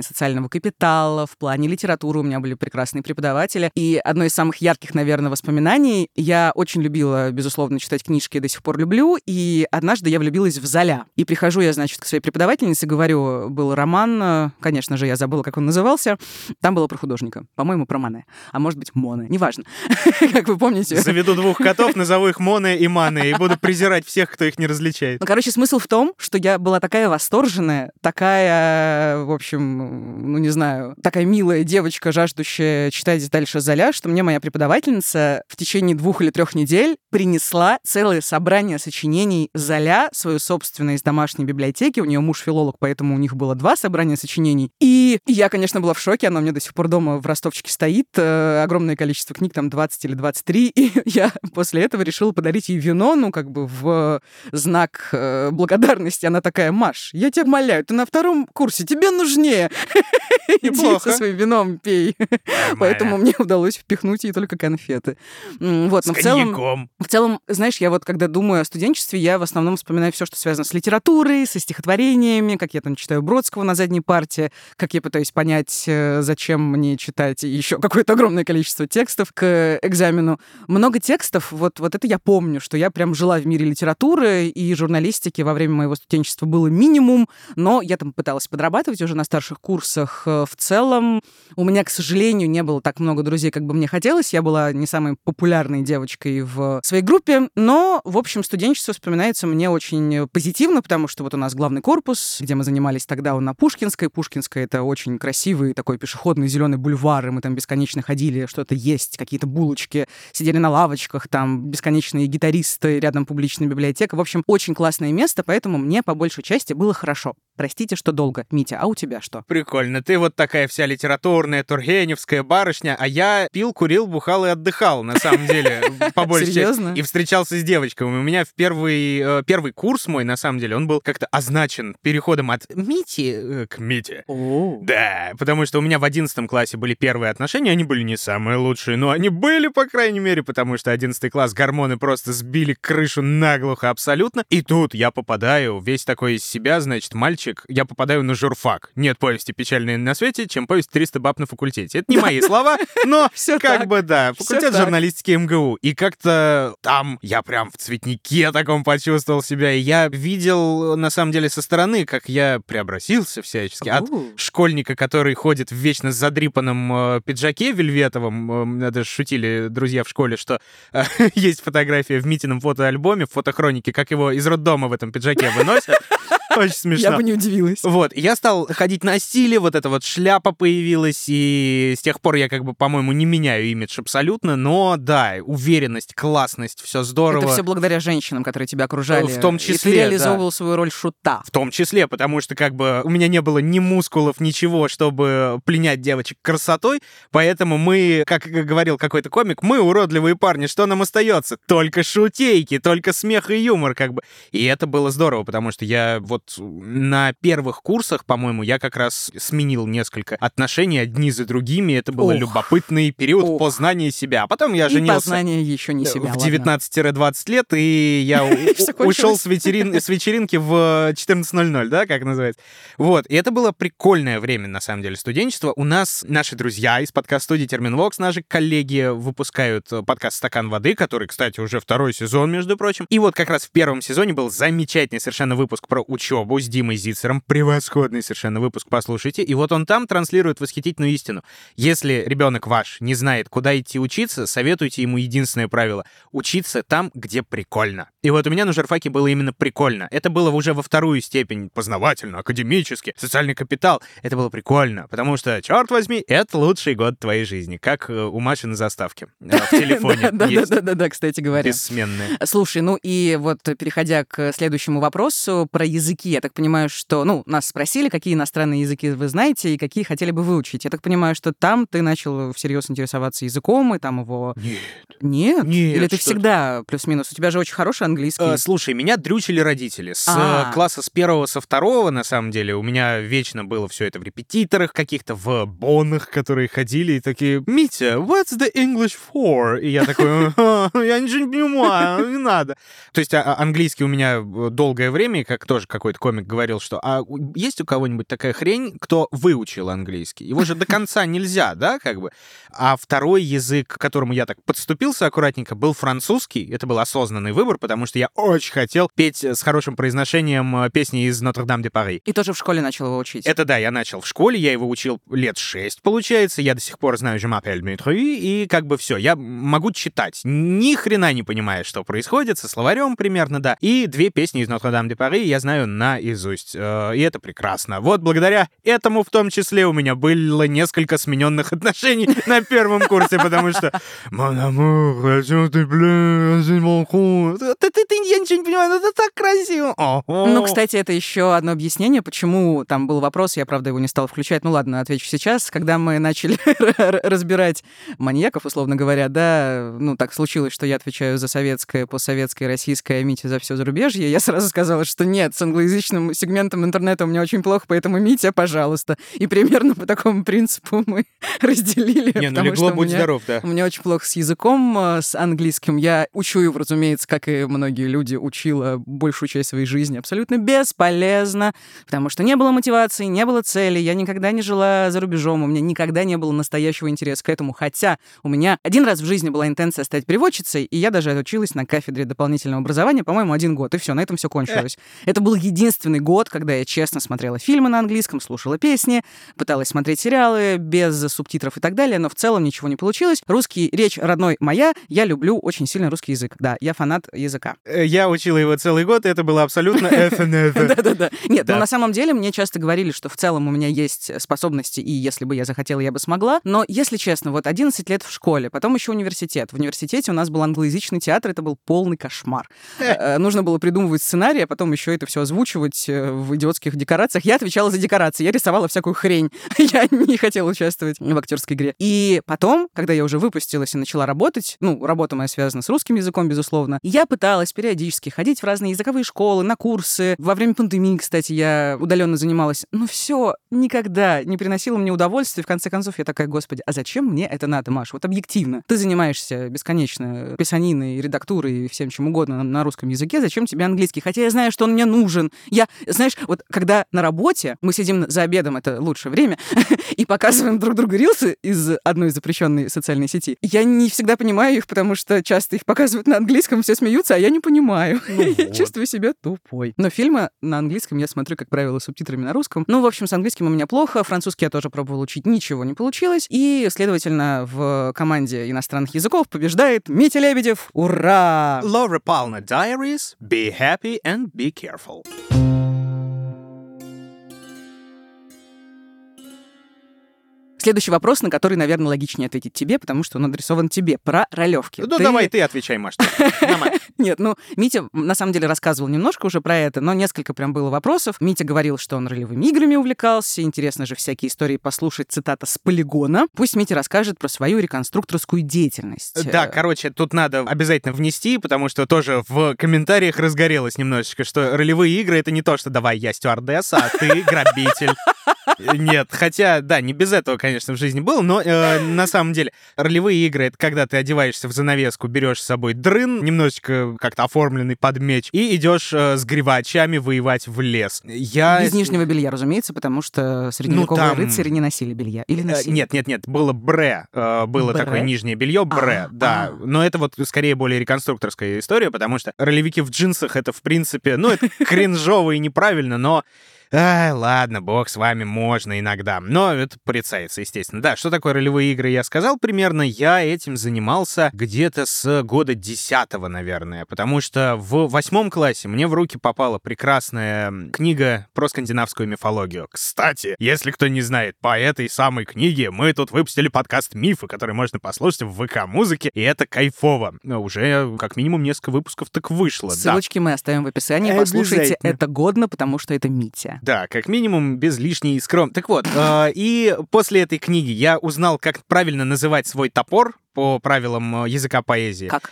[SPEAKER 2] социального капитала, в плане литературы у меня были прекрасные преподаватели. И одно из самых ярких, наверное, воспоминаний, я очень любила, безусловно, читать книжки, до сих пор люблю, и однажды я влюбилась в Золя. И прихожу я, значит, к своей преподавательнице, говорю, был роман, конечно же, я забыла, как он назывался, там было про художника, по-моему, про Мане, а может быть, Моне, неважно, как вы помните.
[SPEAKER 1] Заведу двух котов, назову их Моне и Мане, и буду презирать всех, кто их не различает.
[SPEAKER 2] Ну, короче, смысл в том, что я была такая восторженная, такая, в общем, ну, не знаю, такая милая девочка, жаждущая читать дальше Золя, что мне моя преподавательница в течение двух или трех недель принесла целое собрание сочинений Золя, свое собственное из домашней библиотеки. У нее муж филолог, поэтому у них было два собрания сочинений. И я, конечно, была в шоке, оно у меня до сих пор дома в ростовчике стоит, э, огромное количество книг, там двадцать или двадцать три, и я после этого решила подарить ей вино, ну, как бы в знак э, благодарности. Она такая: Маш, я тебя умоляю, ты на втором курсе, тебе нужнее. Иди со своим вином пей. Поэтому мне удалось впихнуть ей только конфеты. Вот, но в целом, в целом, знаешь, я вот когда думаю о студенчестве, я в основном вспоминаю все, что связано с литературой, со стихотворениями, как я там читаю Бродского на задней парте, как я пытаюсь понять, зачем мне читать еще какое-то огромное количество текстов к экзамену. Много текстов, вот, вот это я помню, что я прям жила в мире литературы, и журналистики во время моего студенчества было минимум, но я там пыталась подрабатывать уже на старших курсах. В целом у меня, к сожалению, не было так много друзей, как бы мне хотелось. Я была не самой популярной девочкой в своей группе, но, в общем, студенчество вспоминается мне очень позитивно, потому что вот у нас главный корпус, где мы занимались тогда, он на Пушкинской. Пушкинская — это очень красивый такой пешеходный зеленый бульвар, и мы там бесконечно ходили что-то есть, какие-то булочки, сидели на лавочках, там бесконечные гитаристы, рядом публичная библиотека. В общем, очень классное место, поэтому мне по большей части было хорошо. Простите, что долго. Митя, а у тебя что?
[SPEAKER 1] Прикольно. Ты вот такая вся литературная, тургеневская барышня, а я пил, курил, бухал и отдыхал, на самом деле, по большей части.
[SPEAKER 2] Серьезно?
[SPEAKER 1] И встречался с девочками. У меня в первый, первый курс мой, на самом деле, он был как-то означен переходом от Мити к Мите.
[SPEAKER 2] О.
[SPEAKER 1] Да, потому что у меня в одиннадцатом классе были первые отношения, они были не самые лучшие, но они были, по крайней мере, потому что одиннадцатый класс, гормоны просто сбили крышу наглухо абсолютно. И тут я попадаю, весь такой из себя, значит, мальчик, я попадаю на журфак. Нет повести печальной на свете, чем повесть триста баб на факультете. Это не мои слова, но как бы да, факультет журналистики эм гэ у. И как-то там я прям в цветнике таком почувствовал себя. И я видел, на самом деле, со стороны, как я преобразился всячески. От школьника, который ходит в вечно задрипанном пиджаке вельветовом. Даже шутили друзья в школе, что есть фотография в Митином фотоальбоме, в фотохронике, как его из роддома в этом пиджаке выносят. Очень смешно.
[SPEAKER 2] Я бы не удивилась.
[SPEAKER 1] Вот, я стал ходить на стиле, вот эта вот шляпа появилась, и с тех пор я как бы, по-моему, не меняю имидж абсолютно, но да, уверенность, классность, все здорово.
[SPEAKER 2] Это все благодаря женщинам, которые тебя окружали.
[SPEAKER 1] В том числе,
[SPEAKER 2] и ты реализовывал
[SPEAKER 1] да.
[SPEAKER 2] свою роль шута.
[SPEAKER 1] В том числе, потому что как бы у меня не было ни мускулов, ничего, чтобы пленять девочек красотой, поэтому мы, как говорил какой-то комик, мы уродливые парни, что нам остается? Только шутейки, только смех и юмор, как бы. И это было здорово, потому что я вот на первых курсах, по-моему, я как раз сменил несколько отношений одни за другими. Это был любопытный период Ох. познания себя. А потом я
[SPEAKER 2] и
[SPEAKER 1] женился.
[SPEAKER 2] Познание еще не себя.
[SPEAKER 1] В девятнадцать-двадцать лет, и я ушел с вечеринки в четырнадцать ноль ноль, да, как называется. Вот. И это было прикольное время, на самом деле, студенчества. У нас наши друзья из подкаст-студии Терминвокс, наши коллеги, выпускают подкаст «Стакан воды», который, кстати, уже второй сезон, между прочим. И вот как раз в первом сезоне был замечательный совершенно выпуск про учебу с Димой Зицером. Превосходный совершенно выпуск, послушайте. И вот он там транслирует восхитительную истину. Если ребенок ваш не знает, куда идти учиться, советуйте ему единственное правило — учиться там, где прикольно. И вот у меня на журфаке было именно прикольно. Это было уже во вторую степень познавательно, академически, социальный капитал. Это было прикольно, потому что, черт возьми, это лучший год твоей жизни, как у Маши на заставке в телефоне.
[SPEAKER 2] Да-да-да, кстати говоря.
[SPEAKER 1] Бессменные.
[SPEAKER 2] Слушай, ну и вот переходя к следующему вопросу про языки, я так понимаю, что, ну, нас спросили, какие иностранные языки вы знаете и какие хотели бы выучить. Я так понимаю, что там ты начал всерьез интересоваться языком и там его...
[SPEAKER 1] Нет.
[SPEAKER 2] Нет?
[SPEAKER 1] Нет.
[SPEAKER 2] Или ты всегда плюс-минус? У тебя же очень хороший английский.
[SPEAKER 1] Э, слушай, меня дрючили родители. С
[SPEAKER 2] А-а-а.
[SPEAKER 1] класса с первого, со второго, на самом деле, у меня вечно было все это в репетиторах каких-то, в бонах, которые ходили и такие: «Митя, what's the English for?» И я такой: «Я ничего не понимаю, не надо». То есть английский у меня долгое время, как тоже какой-то какой-то комик говорил, что а есть у кого-нибудь такая хрень, кто выучил английский? Его же до конца нельзя, да, как бы? А второй язык, к которому я так подступился аккуратненько, был французский. Это был осознанный выбор, потому что я очень хотел петь с хорошим произношением песни из Нотр-Дам-де-Пари.
[SPEAKER 2] И тоже в школе начал его учить?
[SPEAKER 1] Это да, я начал в школе, я его учил лет шесть, получается. Я до сих пор знаю «Je m'appelle Métru», и как бы все, я могу читать. Ни хрена не понимая, что происходит, со словарем примерно, да. И две песни из Нотр-Дам-де-Пари я знаю наизусть. И это прекрасно. Вот благодаря этому в том числе у меня было несколько смененных отношений на первом курсе, потому что «Mon amour, je te plais, je m'en fous». Ты, ты, ты, я ничего не понимаю, но это так красиво.
[SPEAKER 2] Ну, кстати, это еще одно объяснение, почему там был вопрос, я, правда, его не стала включать. Ну ладно, отвечу сейчас. Когда мы начали разбирать маньяков, условно говоря, да, ну так случилось, что я отвечаю за советское, постсоветское, российское, а Митя за все зарубежье, я сразу сказала, что нет, с англоязычным сегментом интернета у меня очень плохо, поэтому Митя, пожалуйста. И примерно по такому принципу мы разделили.
[SPEAKER 1] Не, ну легло, будь
[SPEAKER 2] меня,
[SPEAKER 1] здоров, да.
[SPEAKER 2] У меня очень плохо с языком, с английским. Я учу его, разумеется, как и многие люди, учила большую часть своей жизни абсолютно бесполезно, потому что не было мотивации, не было цели, я никогда не жила за рубежом, у меня никогда не было настоящего интереса к этому, хотя у меня один раз в жизни была интенция стать переводчицей, и я даже отучилась на кафедре дополнительного образования, по-моему, один год, и все, на этом все кончилось. Это был единственный год, когда я честно смотрела фильмы на английском, слушала песни, пыталась смотреть сериалы без субтитров и так далее, но в целом ничего не получилось. Русский, речь родной моя, я люблю очень сильно русский язык. Да, я фанат языка.
[SPEAKER 1] Я учила его целый год, и это было абсолютно...
[SPEAKER 2] Да-да-да. Нет, ну на самом деле мне часто говорили, что в целом у меня есть способности, и если бы я захотела, я бы смогла. Но, если честно, вот одиннадцать лет в школе, потом еще университет. В университете у нас был англоязычный театр, это был полный кошмар. Нужно было придумывать сценарий, а потом еще это все озвучивать в идиотских декорациях. Я отвечала за декорации, я рисовала всякую хрень. Я не хотела участвовать в актерской игре. И потом, когда я уже выпустилась и начала работать, ну, работа моя связана с русским языком, безусловно, я пыталась периодически ходить в разные языковые школы, на курсы. Во время пандемии, кстати, я удаленно занималась. Но все никогда не приносило мне удовольствия. В конце концов, я такая, господи, а зачем мне это надо, Маша? Вот объективно. Ты занимаешься бесконечно писаниной, редактурой и всем чем угодно на, на русском языке. Зачем тебе английский? Хотя я знаю, что он мне нужен. Я, знаешь, вот когда на работе мы сидим за обедом, это лучшее время, и показываем друг другу рилсы из одной запрещенной социальной сети, я не всегда понимаю их, потому что часто их показывают на английском, все смеются, а я не понимаю. Ну я вот. Чувствую себя тупой. Но фильмы на английском я смотрю, как правило, с субтитрами на русском. Ну, в общем, с английским у меня плохо. Французский я тоже пробовала учить, ничего не получилось. И, следовательно, в команде иностранных языков побеждает Митя Лебедев. Ура!
[SPEAKER 1] Laura Palmer Diaries. Be happy and be careful.
[SPEAKER 2] Следующий вопрос, на который, наверное, логичнее ответить тебе, потому что он адресован тебе, про ролевки.
[SPEAKER 1] Ну, ты... давай ты отвечай, Маш.
[SPEAKER 2] Нет, ну, Митя, на самом деле, рассказывал немножко уже про это, но несколько прям было вопросов. Митя говорил, что он ролевыми играми увлекался. Интересно же всякие истории послушать, цитата с полигона. Пусть Митя расскажет про свою реконструкторскую деятельность.
[SPEAKER 1] Да, короче, тут надо обязательно внести, потому что тоже в комментариях разгорелось немножечко, что ролевые игры — это не то, что давай я стюардесса, а ты грабитель. Нет, хотя, да, не без этого, конечно, в жизни было, но э, на самом деле ролевые игры — это когда ты одеваешься в занавеску, берешь с собой дрын, немножечко как-то оформленный под меч, и идешь э, с грибачами воевать в лес. Я...
[SPEAKER 2] Без нижнего белья, разумеется, потому что средневековые
[SPEAKER 1] ну, там...
[SPEAKER 2] рыцари не носили белья. Или носили?
[SPEAKER 1] Нет, нет, нет, было бре, э, было бре? такое нижнее белье, бре, а, да. А. Но это вот скорее более реконструкторская история, потому что ролевики в джинсах — это, в принципе, ну, это кринжово и неправильно, но... Ай, ладно, бог с вами, можно иногда. Но это порицается, естественно. Да, что такое ролевые игры, я сказал примерно. Я этим занимался где-то с года десятого, наверное. Потому что в восьмом классе мне в руки попала прекрасная книга про скандинавскую мифологию. Кстати, если кто не знает, по этой самой книге мы тут выпустили подкаст «Мифы», который можно послушать в ВК-музыке, и это кайфово. Уже как минимум несколько выпусков так вышло.
[SPEAKER 2] Ссылочки да. мы оставим в описании. Послушайте, это годно, потому что это Митя.
[SPEAKER 1] Да, как минимум, без лишней скром. Так вот, э, и после этой книги я узнал, как правильно называть свой топор по правилам языка поэзии.
[SPEAKER 2] Как?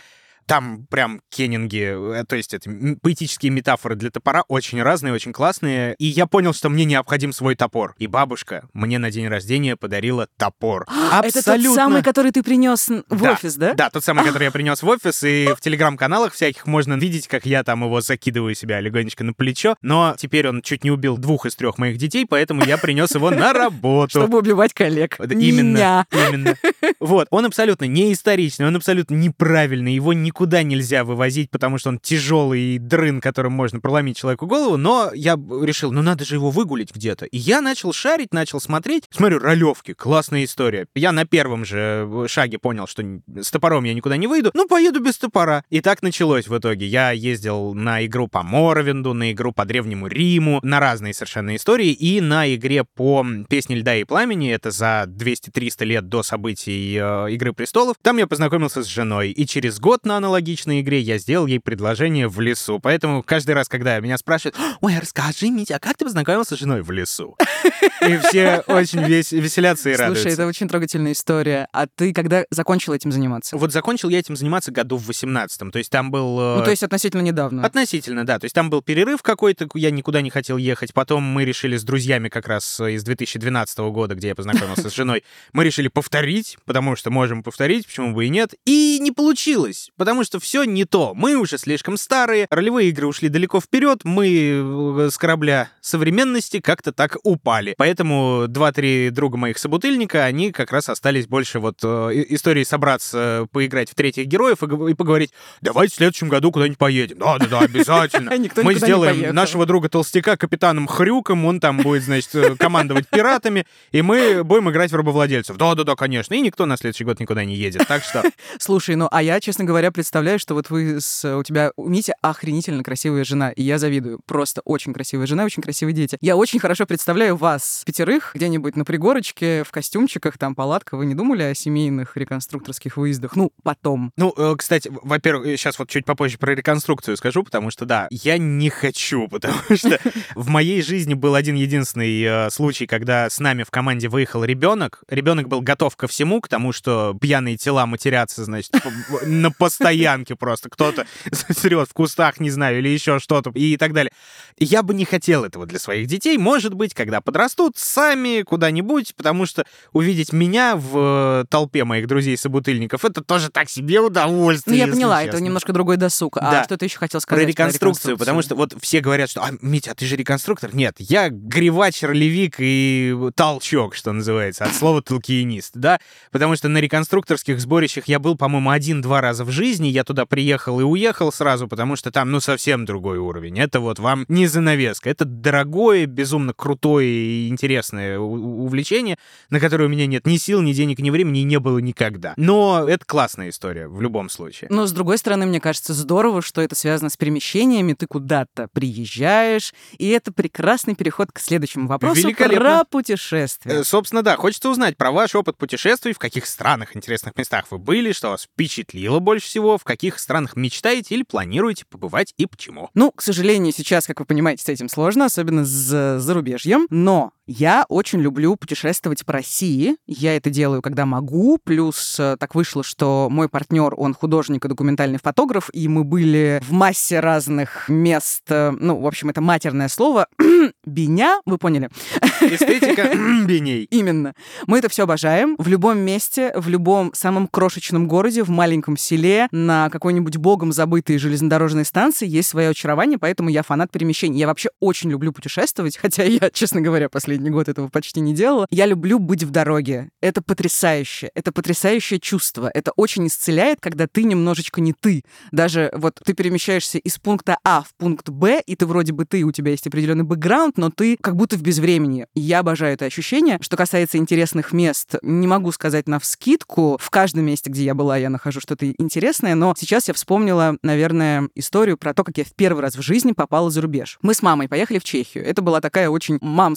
[SPEAKER 1] Там прям кеннинги, э, то есть это м, поэтические метафоры для топора очень разные, очень классные. И я понял, что мне необходим свой топор. И бабушка мне на день рождения подарила топор.
[SPEAKER 2] Это тот самый, который ты принес в
[SPEAKER 1] Да,
[SPEAKER 2] офис, да?
[SPEAKER 1] Да, тот самый, который я принес в офис, и в телеграм-каналах всяких можно видеть, как я там его закидываю себя легонечко на плечо, но теперь он чуть не убил двух из трех моих детей, поэтому я принес его на работу.
[SPEAKER 2] Чтобы убивать коллег.
[SPEAKER 1] Именно,
[SPEAKER 2] Меня.
[SPEAKER 1] именно. Вот, он абсолютно не историчный, он абсолютно неправильный, его никуда нельзя вывозить, потому что он тяжелый дрын, которым можно проломить человеку голову, но я решил, ну надо же его выгулить где-то. И я начал шарить, начал смотреть. Смотрю, ролевки, классная история. Я на первом же шаге понял, что с топором я никуда не выйду, ну поеду без топора. И так началось в итоге. Я ездил на игру по Моровинду, на игру по Древнему Риму, на разные совершенно истории, и на игре по «Песне льда и пламени», это за двести-триста лет до событий э, «Игры престолов», там я познакомился с женой, и через год на аналогичной игре я сделал ей предложение в лесу. Поэтому каждый раз, когда меня спрашивают: «Ой, расскажи, Митя, а как ты познакомился с женой в лесу?» И все очень вес- веселятся и радуются.
[SPEAKER 2] Слушай, это очень трогательная история. А ты когда закончил этим заниматься?
[SPEAKER 1] Вот закончил я этим заниматься году в восемнадцатом, то есть там был... э,
[SPEAKER 2] Ну, то есть относительно недавно.
[SPEAKER 1] Относительно, да. То есть там был перерыв какой-то, я никуда не хотел ехать. Потом мы решили с друзьями как раз из две тысячи двенадцатого года, где я познакомился с женой, мы решили повторить, потому что можем повторить, почему бы и нет. И не получилось, потому что все не то. Мы уже слишком старые, ролевые игры ушли далеко вперед, мы с корабля современности как-то так упали. Поэтому два-три друга моих собутыльника, они как раз остались больше вот э, историей собраться, поиграть в третьих героев и, г- и поговорить: давайте в следующем году куда-нибудь поедем. Да-да-да, обязательно.
[SPEAKER 2] Никто
[SPEAKER 1] Мы
[SPEAKER 2] никуда не
[SPEAKER 1] сделаем
[SPEAKER 2] поехал.
[SPEAKER 1] нашего друга Толстяка капитаном Хрюком, он там будет, значит, э, командовать пиратами, и мы будем играть в рабовладельцев. Да-да-да, конечно. И никто на следующий год никуда не едет. Так что...
[SPEAKER 2] Слушай, ну а я, честно говоря, представляю, что вот вы с... у тебя, у Мити охренительно красивая жена, и я завидую. Просто очень красивая жена, очень красивые дети. Я очень хорошо представляю вас, пятерых, где-нибудь на пригорочке, в костюмчиках, там палатка. Вы не думали о семейных реконструкторских выездах? Ну, потом.
[SPEAKER 1] Ну, э, кстати, во-первых, сейчас вот чуть попозже про реконструкцию скажу, потому что, да, я не хочу, потому что в моей жизни был один единственный э, случай, когда с нами в команде выехал ребенок. Ребенок был готов ко всему, к тому, что пьяные тела матерятся, значит, по- на постоянке просто. Кто-то срет в кустах, не знаю, или еще что-то, и так далее. Я бы не хотел этого для своих детей. Может быть, когда подрастут, сами куда-нибудь, потому что увидеть меня в э, толпе моих друзей-собутыльников — это тоже так себе удовольствие.
[SPEAKER 2] Ну, я
[SPEAKER 1] если
[SPEAKER 2] поняла, это
[SPEAKER 1] честно.
[SPEAKER 2] немножко другой досуг. А
[SPEAKER 1] Да.
[SPEAKER 2] что ты еще хотел
[SPEAKER 1] Про
[SPEAKER 2] сказать?
[SPEAKER 1] реконструкцию, потому что вот все говорят, что: «А, Митя, а ты же реконструктор?» Нет, я гревач, ролевик и толчок, что называется, от слова толкиенист, да, потому что на реконструкторских сборищах я был, по-моему, один-два раза в жизни, я туда приехал и уехал сразу, потому что там, ну, совсем другой уровень. Это вот вам не занавеска, это дорогое, безумно крутое и интересное у- увлечение, на которое у меня нет ни сил, ни денег, ни времени, и не было никогда. Но это классная история в любом случае.
[SPEAKER 2] Но, с другой стороны, мне кажется, здорово, что это связано с перемещениями. Ты куда-то приезжаешь, и это прекрасный переход к следующему вопросу
[SPEAKER 1] Великолепно.
[SPEAKER 2] про путешествия.
[SPEAKER 1] Э, Собственно, да, хочется узнать про ваш опыт путешествий, в каких странах, интересных местах вы были, что вас впечатлило больше всего, в каких странах мечтаете или планируете побывать и почему.
[SPEAKER 2] Ну, к сожалению, сейчас, как вы понимаете, с этим сложно, особенно с зарубежьем, но я очень люблю путешествовать по России. Я это делаю, когда могу. Плюс э, так вышло, что мой партнер, он художник и документальный фотограф, и мы были в массе разных мест. э, Ну, в общем, это матерное слово. Биня, вы поняли?
[SPEAKER 1] Эстетика беней.
[SPEAKER 2] Именно. Мы это все обожаем. В любом месте, в любом самом крошечном городе, в маленьком селе, на какой-нибудь богом забытой железнодорожной станции есть свое очарование, поэтому я фанат перемещений. Я вообще очень люблю путешествовать, хотя я, честно говоря, последний год этого почти не делала. Я люблю быть в дороге. Это потрясающе. Это потрясающее чувство. Это очень исцеляет, когда ты немножечко не ты. Даже вот ты перемещаешься из пункта А в пункт Б, и ты вроде бы ты, у тебя есть определенный бэкграунд, но ты как будто в безвремени. Я обожаю это ощущение. Что касается интересных мест, не могу сказать навскидку. В каждом месте, где я была, я нахожу что-то интересное, но сейчас я вспомнила, наверное, историю про то, как я в первый раз в жизни попала за рубеж. Мы с мамой поехали в Чехию. Это была такая очень мамская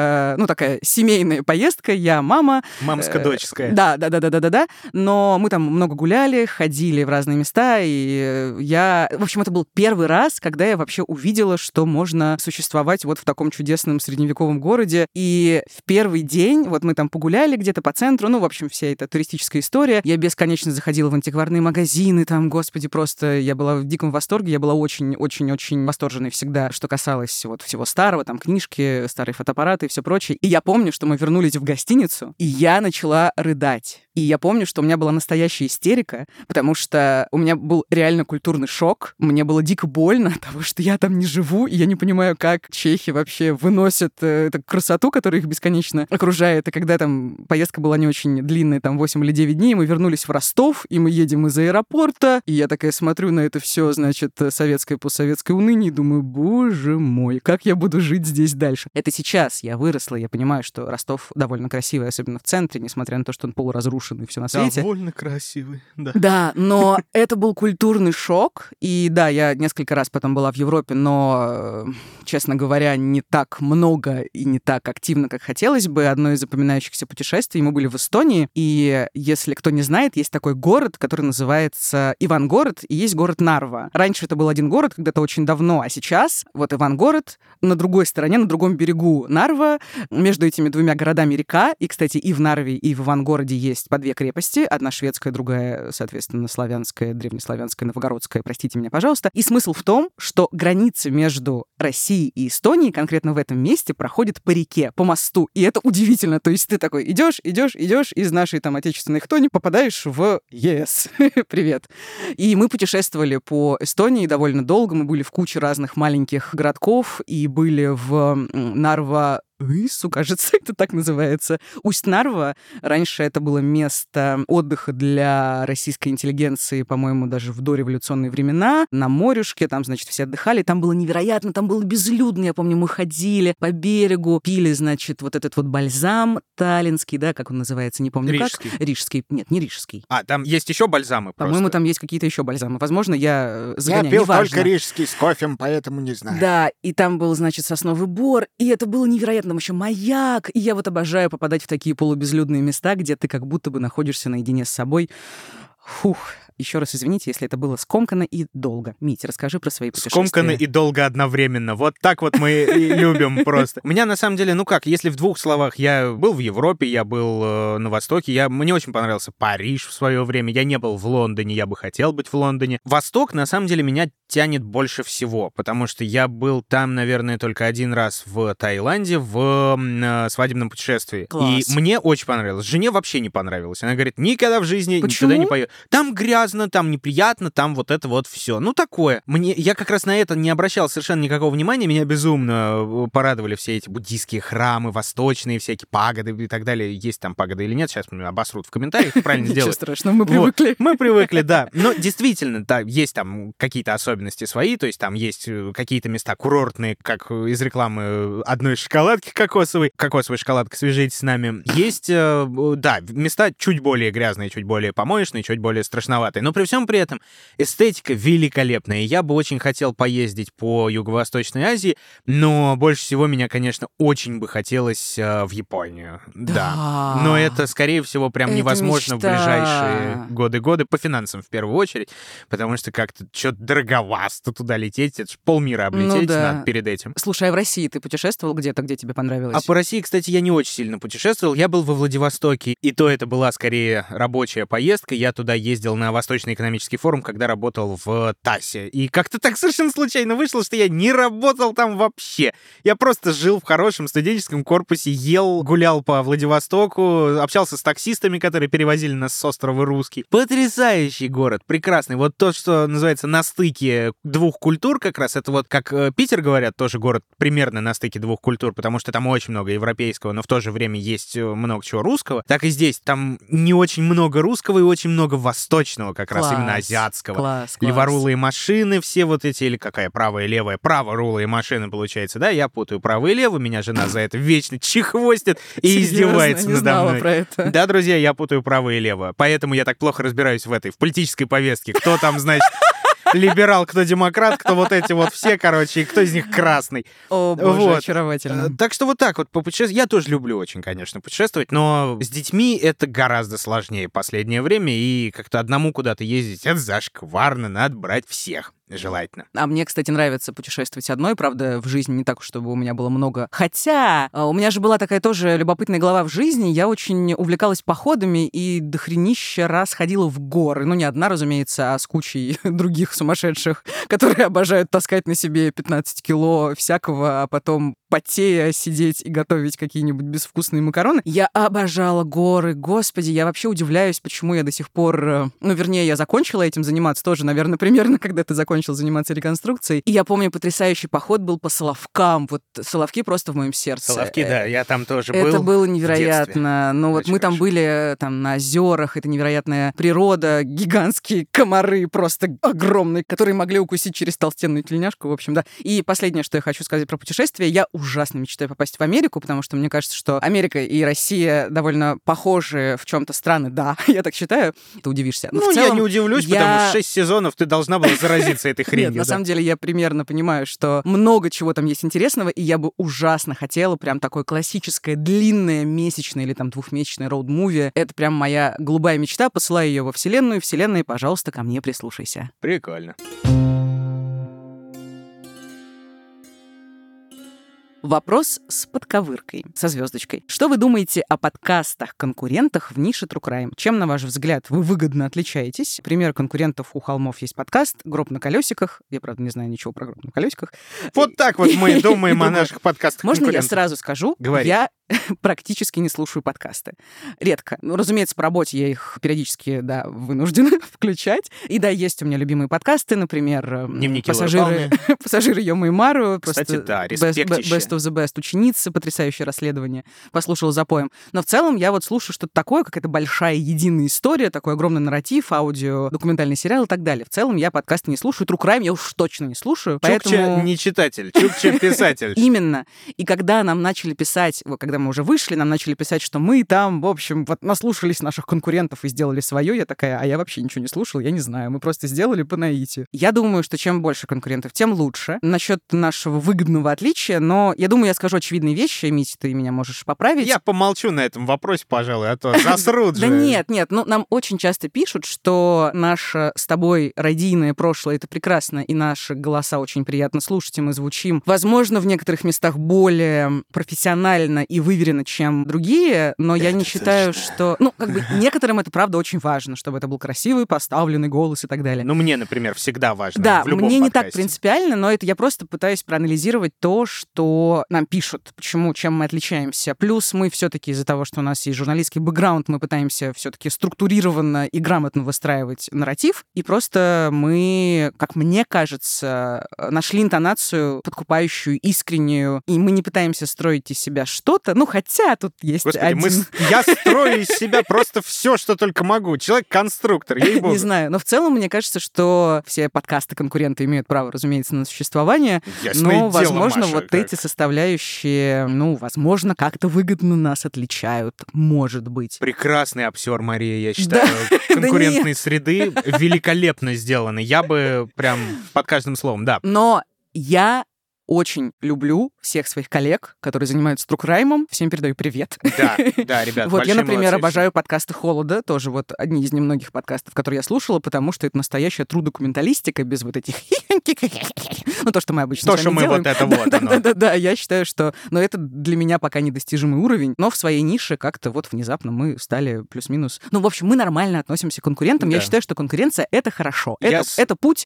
[SPEAKER 2] это, ну, такая семейная поездка. Я, мама.
[SPEAKER 1] Мамско-доческая.
[SPEAKER 2] Э, да, да, да, да, да, да, да. Но мы там много гуляли, ходили в разные места, и я... В общем, это был первый раз, когда я вообще увидела, что можно существовать вот в таком чудесном средневековом городе. И в первый день, вот мы там погуляли где-то по центру, ну, в общем, вся эта туристическая история. Я бесконечно заходила в антикварные магазины, там, господи, просто я была в диком восторге, я была очень-очень-очень восторженной всегда, что касалось вот всего старого, там, книжки, старые фотоаппараты и все прочее. И я помню, что мы вернулись в гостиницу, и я начала рыдать. И я помню, что у меня была настоящая истерика, потому что у меня был реально культурный шок. Мне было дико больно от того, что я там не живу, и я не понимаю, как чехи вообще выносят э, эту красоту, которая их бесконечно окружает. И когда там поездка была не очень длинная, там восемь или девять дней, мы вернулись в Ростов, и мы едем из аэропорта, и я такая смотрю на это все, значит, советское, постсоветское уныние, и думаю, боже мой, как я буду жить здесь дальше? Это сейчас я выросла, я понимаю, что Ростов довольно красивый, особенно в центре, несмотря на то, что он полуразрушен и все на свете.
[SPEAKER 1] Довольно красивый, да.
[SPEAKER 2] Да, но это был культурный шок. И да, я несколько раз потом была в Европе, но, честно говоря, не так много и не так активно, как хотелось бы. Одно из запоминающихся путешествий, мы были в Эстонии, и если кто не знает, есть такой город, который называется Ивангород, и есть город Нарва. Раньше это был один город, когда-то очень давно, а сейчас вот Ивангород, на другой стороне, на другом берегу Нарва, между этими двумя городами река, и, кстати, и в Нарве, и в Ивангороде есть по две крепости, одна шведская, другая, соответственно, славянская, древнеславянская, новгородская, простите меня, пожалуйста. И смысл в том, что граница между Россией и Эстонией конкретно в этом месте проходит по реке, по мосту. И это удивительно. То есть ты такой идешь, идешь, идешь из нашей там отечественной Хтони, попадаешь в ЕС. Привет. И мы путешествовали по Эстонии довольно долго. Мы были в куче разных маленьких городков и были в Нарва... Ису, кажется, это так называется. Усть-Нарва. Раньше это было место отдыха для российской интеллигенции, по-моему, даже в дореволюционные времена. На морюшке, там, значит, все отдыхали. Там было невероятно, там было безлюдно. Я помню, мы ходили по берегу, пили, значит, вот этот вот бальзам таллинский, да, как он называется, не помню
[SPEAKER 1] Рижский.
[SPEAKER 2] как. Рижский. Нет, не рижский.
[SPEAKER 1] А, там есть еще бальзамы просто.
[SPEAKER 2] По-моему, там есть какие-то еще бальзамы. Возможно, я загоняю.
[SPEAKER 3] Я пил
[SPEAKER 2] Неважно.
[SPEAKER 3] только рижский с кофем, поэтому не знаю.
[SPEAKER 2] Да, и там был, значит, сосновый бор, и это было невероятно. Там еще маяк, и я вот обожаю попадать в такие полубезлюдные места, где ты как будто бы находишься наедине с собой. Фух. Еще раз извините, если это было скомканно и долго. Митя, расскажи про свои путешествия.
[SPEAKER 1] Скомканно и долго одновременно. Вот так вот мы и любим просто. У меня, на самом деле, ну как, если в двух словах, я был в Европе, я был э, на Востоке, я, мне очень понравился Париж в свое время, я не был в Лондоне, я бы хотел быть в Лондоне. Восток, на самом деле, меня тянет больше всего, потому что я был там, наверное, только один раз в Таиланде в э, свадебном путешествии.
[SPEAKER 2] Класс.
[SPEAKER 1] И мне очень понравилось. Жене вообще не понравилось. Она говорит, никогда в жизни
[SPEAKER 2] Почему?
[SPEAKER 1] никуда не поеду. Там грязно, там неприятно, там вот это вот все. Ну, такое. Мне, я как раз на это не обращал совершенно никакого внимания. Меня безумно порадовали все эти буддийские храмы, восточные всякие пагоды и так далее. Есть там пагоды или нет, сейчас меня обосрут в комментариях, правильно
[SPEAKER 2] Ничего
[SPEAKER 1] сделают.
[SPEAKER 2] страшного, мы привыкли.
[SPEAKER 1] Мы привыкли, да. Но действительно, да, есть там какие-то особенности свои, то есть там есть какие-то места курортные, как из рекламы одной шоколадки кокосовой. Кокосовая шоколадка, свяжитесь с нами. Есть, да, места чуть более грязные, чуть более помоечные, чуть более страшноватые. Но при всем при этом эстетика великолепная. Я бы очень хотел поездить по Юго-Восточной Азии, но больше всего меня, конечно, очень бы хотелось э, в Японию. Да.
[SPEAKER 2] Да.
[SPEAKER 1] Но это, скорее всего, прям
[SPEAKER 2] Это
[SPEAKER 1] невозможно
[SPEAKER 2] мечта.
[SPEAKER 1] в ближайшие годы-годы, по финансам в первую очередь, потому что как-то что-то дороговасто туда лететь, это же полмира облететь
[SPEAKER 2] Ну да.
[SPEAKER 1] надо перед этим.
[SPEAKER 2] Слушай, а в России ты путешествовал где-то, где тебе понравилось?
[SPEAKER 1] А по России, кстати, я не очень сильно путешествовал. Я был во Владивостоке, и то это была скорее рабочая поездка. Я туда ездил на Восточный экономический форум, когда работал в ТАССе. И как-то так совершенно случайно вышло, что я не работал там вообще. Я просто жил в хорошем студенческом корпусе, ел, гулял по Владивостоку, общался с таксистами, которые перевозили нас с острова Русский. Потрясающий город, прекрасный. Вот то, что называется на стыке двух культур как раз, это вот как э, Питер, говорят, тоже город примерно на стыке двух культур, потому что там очень много европейского, но в то же время есть много чего русского. Так и здесь. Там не очень много русского и очень много восточного как раз,
[SPEAKER 2] Класс,
[SPEAKER 1] именно азиатского.
[SPEAKER 2] Класс, класс.
[SPEAKER 1] Леворулые машины все вот эти, или какая правая и левая, праворулые машины, получается, да? Я путаю правый и левый, меня жена за это вечно чехвостит и
[SPEAKER 2] Серьезно?
[SPEAKER 1] издевается
[SPEAKER 2] Не
[SPEAKER 1] надо
[SPEAKER 2] знала
[SPEAKER 1] мной.
[SPEAKER 2] про это.
[SPEAKER 1] Да, друзья, я путаю право и лево. Поэтому я так плохо разбираюсь в этой, в политической повестке. Кто там, значит... либерал, кто демократ, кто вот эти вот все, короче, и кто из них красный.
[SPEAKER 2] О, боже,
[SPEAKER 1] Вот.
[SPEAKER 2] очаровательно.
[SPEAKER 1] Так что вот так вот попутешествовать. Я тоже люблю очень, конечно, путешествовать, но с детьми это гораздо сложнее в последнее время, и как-то одному куда-то ездить, это зашкварно, надо брать всех. Желательно.
[SPEAKER 2] А мне, кстати, нравится путешествовать одной, правда, в жизни не так, чтобы у меня было много. Хотя у меня же была такая тоже любопытная глава в жизни. Я очень увлекалась походами и дохренища раз ходила в горы. Ну, не одна, разумеется, а с кучей других сумасшедших, которые обожают таскать на себе пятнадцать кило всякого, а потом потея сидеть и готовить какие-нибудь безвкусные макароны. Я обожала горы. Господи, я вообще удивляюсь, почему я до сих пор... Ну, вернее, я закончила этим заниматься тоже, наверное, примерно, когда ты закончил заниматься реконструкцией. И я помню, потрясающий поход был по Соловкам. Вот Соловки просто в моем сердце.
[SPEAKER 1] Соловки, да, я там тоже был.
[SPEAKER 2] Это было невероятно. Ну вот
[SPEAKER 1] Очень
[SPEAKER 2] мы там
[SPEAKER 1] хорошо.
[SPEAKER 2] были там на озерах, это невероятная природа, гигантские комары просто огромные, которые могли укусить через толстенную тельняшку, в общем, да. И последнее, что я хочу сказать про путешествия, я ужасно мечтаю попасть в Америку, потому что мне кажется, что Америка и Россия довольно похожи в чем-то страны, да, я так считаю. Ты удивишься. Но
[SPEAKER 1] Ну,
[SPEAKER 2] в целом,
[SPEAKER 1] я не удивлюсь,
[SPEAKER 2] я...
[SPEAKER 1] потому что шесть сезонов ты должна была заразиться этой хренью.
[SPEAKER 2] Нет, на
[SPEAKER 1] да.
[SPEAKER 2] самом деле я примерно понимаю, что много чего там есть интересного, и я бы ужасно хотела прям такое классическое, длинное, месячное или там двухмесячное роуд-муви. Это прям моя голубая мечта. Посылаю ее во Вселенную. Вселенная, пожалуйста, ко мне прислушайся.
[SPEAKER 1] Прикольно.
[SPEAKER 2] Вопрос с подковыркой, со звездочкой. Что вы думаете о подкастах-конкурентах в нише True Crime? Чем, на ваш взгляд, вы выгодно отличаетесь? Пример конкурентов: у Холмов есть подкаст «Гроб на колесиках». Я, правда, не знаю ничего про «Гроб на колесиках».
[SPEAKER 1] Вот так вот мы думаем о наших подкастах.
[SPEAKER 2] Можно я сразу скажу?
[SPEAKER 1] Говори.
[SPEAKER 2] Я практически не слушаю подкасты. Редко. Ну, разумеется, по работе я их периодически, да, вынуждена включать. И да, есть у меня любимые подкасты, например,
[SPEAKER 1] Дневники
[SPEAKER 2] «Пассажиры», «Пассажиры Йома и Мару».
[SPEAKER 1] Кстати,
[SPEAKER 2] просто
[SPEAKER 1] да,
[SPEAKER 2] best,
[SPEAKER 1] респектище.
[SPEAKER 2] best of the best. «Ученицы», потрясающее расследование. Послушала запоем. Но в целом я вот слушаю что-то такое, какая-то большая единая история, такой огромный нарратив, аудио, документальный сериал и так далее. В целом я подкасты не слушаю. True Crime я уж точно не слушаю.
[SPEAKER 1] Чукча
[SPEAKER 2] Поэтому...
[SPEAKER 1] не читатель, Чукча писатель.
[SPEAKER 2] Именно. И когда нам начали писать, вот когда мы уже вышли, нам начали писать, что мы там, в общем, вот наслушались наших конкурентов и сделали свое, я такая, а я вообще ничего не слушал, я не знаю, мы просто сделали по наитию. Я думаю, что чем больше конкурентов, тем лучше. Насчет нашего выгодного отличия, но я думаю, я скажу очевидные вещи, Митя, ты меня можешь поправить.
[SPEAKER 1] Я помолчу на этом вопросе, пожалуй, а то засрут же.
[SPEAKER 2] Да нет, нет, ну нам очень часто пишут, что наше с тобой радийное прошлое — это прекрасно, и наши голоса очень приятно слушать, и мы звучим, возможно, в некоторых местах более профессионально и выверенно, чем другие, но я не считаю, что... Ну, как бы некоторым это, правда, очень важно, чтобы это был красивый, поставленный голос и так далее.
[SPEAKER 1] Ну, мне, например, всегда важно.
[SPEAKER 2] Да,
[SPEAKER 1] в любом
[SPEAKER 2] мне не так
[SPEAKER 1] подкасте.
[SPEAKER 2] принципиально, но это я просто пытаюсь проанализировать то, что нам пишут, почему, чем мы отличаемся. Плюс мы все-таки из-за того, что у нас есть журналистский бэкграунд, мы пытаемся все-таки структурированно и грамотно выстраивать нарратив, и просто мы, как мне кажется, нашли интонацию подкупающую, искреннюю, и мы не пытаемся строить из себя что-то, ну, хотя тут есть
[SPEAKER 1] Господи,
[SPEAKER 2] один...
[SPEAKER 1] мы, с- я строю из себя просто все, что только могу. Человек-конструктор, ей-богу.
[SPEAKER 2] Не знаю, но в целом мне кажется, что все подкасты-конкуренты имеют право, разумеется, на существование,
[SPEAKER 1] Ясное
[SPEAKER 2] но,
[SPEAKER 1] дело,
[SPEAKER 2] возможно,
[SPEAKER 1] Маша,
[SPEAKER 2] вот
[SPEAKER 1] как.
[SPEAKER 2] эти составляющие, ну, возможно, как-то выгодно нас отличают, может быть.
[SPEAKER 1] Прекрасный обсер, Мария, я считаю.
[SPEAKER 2] Да
[SPEAKER 1] Конкурентной среды великолепно сделаны. Я бы прям под каждым словом, да.
[SPEAKER 2] Но я очень люблю всех своих коллег, которые занимаются True Crime'ом. Всем передаю привет.
[SPEAKER 1] Да, да, ребят,
[SPEAKER 2] Вот я,
[SPEAKER 1] большие
[SPEAKER 2] например,
[SPEAKER 1] молодцы.
[SPEAKER 2] обожаю подкасты «Холода», тоже вот одни из немногих подкастов, которые я слушала, потому что это настоящая тру-документалистика без вот этих ну, то, что мы обычно
[SPEAKER 1] То,
[SPEAKER 2] с
[SPEAKER 1] что
[SPEAKER 2] вами
[SPEAKER 1] мы
[SPEAKER 2] делаем.
[SPEAKER 1] вот это вот оно.
[SPEAKER 2] Да-да-да, я считаю, что... Но это для меня пока недостижимый уровень, но в своей нише как-то вот внезапно мы стали плюс-минус... Ну, в общем, мы нормально относимся к конкурентам. Я
[SPEAKER 1] Да.
[SPEAKER 2] считаю, что конкуренция — это хорошо.
[SPEAKER 1] Я
[SPEAKER 2] Это,
[SPEAKER 1] с-
[SPEAKER 2] это путь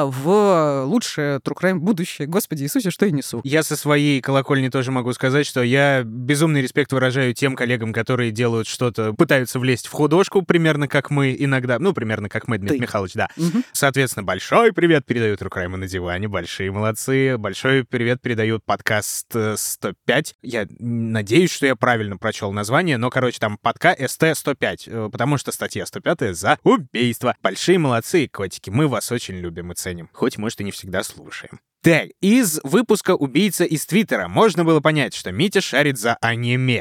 [SPEAKER 2] в лучшее True Crime будущее. Господи Иисусе, что я несу?
[SPEAKER 1] Я со своей колокольни тоже могу сказать, что я безумный респект выражаю тем коллегам, которые делают что-то, пытаются влезть в художку, примерно как мы иногда, ну, примерно как мы, Дмитрий
[SPEAKER 2] Ты.
[SPEAKER 1] Михайлович, да.
[SPEAKER 2] Мгм.
[SPEAKER 1] Соответственно, большой привет передают True Crime на диване, большие молодцы. Большой привет передают подкаст э, сто пять. Я надеюсь, что я правильно прочел название, но, короче, там подка эс тэ сто пять, э, потому что статья сто пять за убийство. Большие молодцы, котики, мы вас очень любим и ценим. Хоть, может, и не всегда слушаем. Так, из выпуска «Убийца из Твиттера» можно было понять, что Митя шарит за аниме.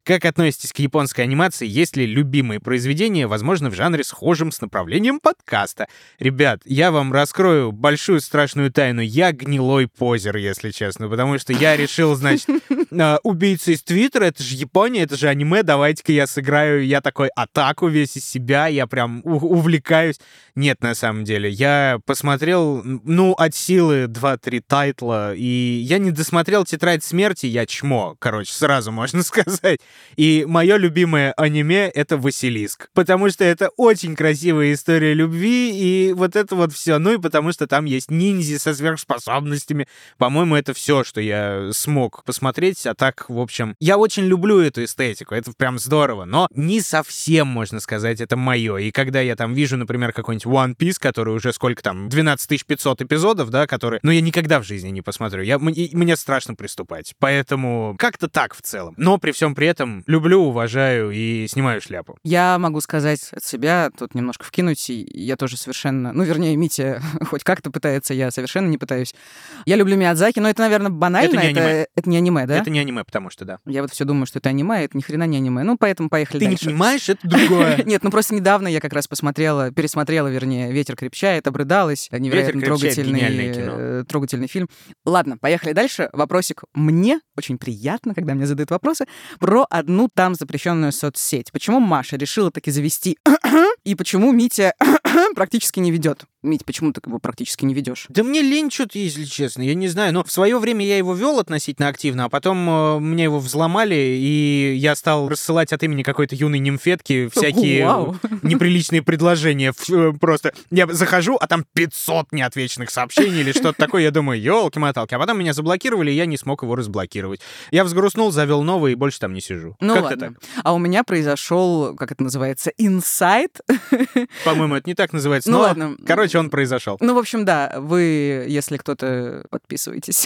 [SPEAKER 1] Как относитесь к японской анимации? Есть ли любимые произведения, возможно, в жанре схожем с направлением подкаста? Ребят, я вам раскрою большую страшную тайну. Я гнилой позер, если честно, потому что я решил, значит, убийца из Твиттера, это же Япония, это же аниме, давайте-ка я сыграю, я такой атаку весь из себя, я прям увлекаюсь. Нет, на самом деле, я посмотрел, ну, от силы два-три тайтла, и я не досмотрел «Тетрадь смерти», я чмо, короче, сразу можно сказать. И мое любимое аниме — это «Василиск», потому что это очень красивая история любви, и вот это вот все. Ну и потому что там есть ниндзя со сверхспособностями. По-моему, это все, что я смог посмотреть. А так, в общем, я очень люблю эту эстетику, это прям здорово, но не совсем, можно сказать, это мое. И когда я там вижу, например, какой-нибудь One Piece, который уже сколько там, двенадцать тысяч пятьсот эпизодов, да, который, ну, я никогда в жизни не посмотрю. Я, мне страшно приступать. Поэтому как-то так в целом. Но при всем при этом люблю, уважаю и снимаю шляпу.
[SPEAKER 2] Я могу сказать от себя, тут немножко вкинуть, и я тоже совершенно... Ну, вернее, Митя хоть как-то пытается, я совершенно не пытаюсь. Я люблю Миядзаки, но это, наверное, банально.
[SPEAKER 1] Это не аниме.
[SPEAKER 2] Это, это не аниме, да?
[SPEAKER 1] Это не аниме, потому что, да.
[SPEAKER 2] Я вот все думаю, что это аниме, а это ни хрена не аниме. Ну, поэтому поехали
[SPEAKER 1] Ты
[SPEAKER 2] дальше.
[SPEAKER 1] Ты не понимаешь, это другое.
[SPEAKER 2] Нет, ну просто недавно я как раз посмотрела, пересмотрела, вернее, «Ветер крепчает», обрыдалась. Невероятно трогательный, трогательный фильм. Ладно, поехали дальше. Вопросик мне. Очень приятно, когда мне задают вопросы. Про одну там запрещенную соцсеть. Почему Маша решила таки завести и почему Митя практически не ведет? Мить, почему ты его практически не ведешь?
[SPEAKER 1] Да мне лень что-то, если честно, я не знаю. Но в свое время я его вел относительно активно, а потом э, мне его взломали, и я стал рассылать от имени какой-то юной нимфетки всякие
[SPEAKER 2] Вау.
[SPEAKER 1] неприличные предложения. Просто я захожу, а там пятьсот неотвеченных сообщений или что-то такое. Я думаю, елки-моталки. А потом меня заблокировали, и я не смог его разблокировать. Я взгрустнул, завел новый, и больше там не сижу.
[SPEAKER 2] Ну
[SPEAKER 1] Как-то
[SPEAKER 2] ладно.
[SPEAKER 1] так.
[SPEAKER 2] А у меня произошел, как это называется, инсайт.
[SPEAKER 1] По-моему, это не так называется.
[SPEAKER 2] Ну
[SPEAKER 1] но,
[SPEAKER 2] ладно.
[SPEAKER 1] Короче, он произошел.
[SPEAKER 2] Ну, в общем, да, вы, если кто-то, подписывайтесь.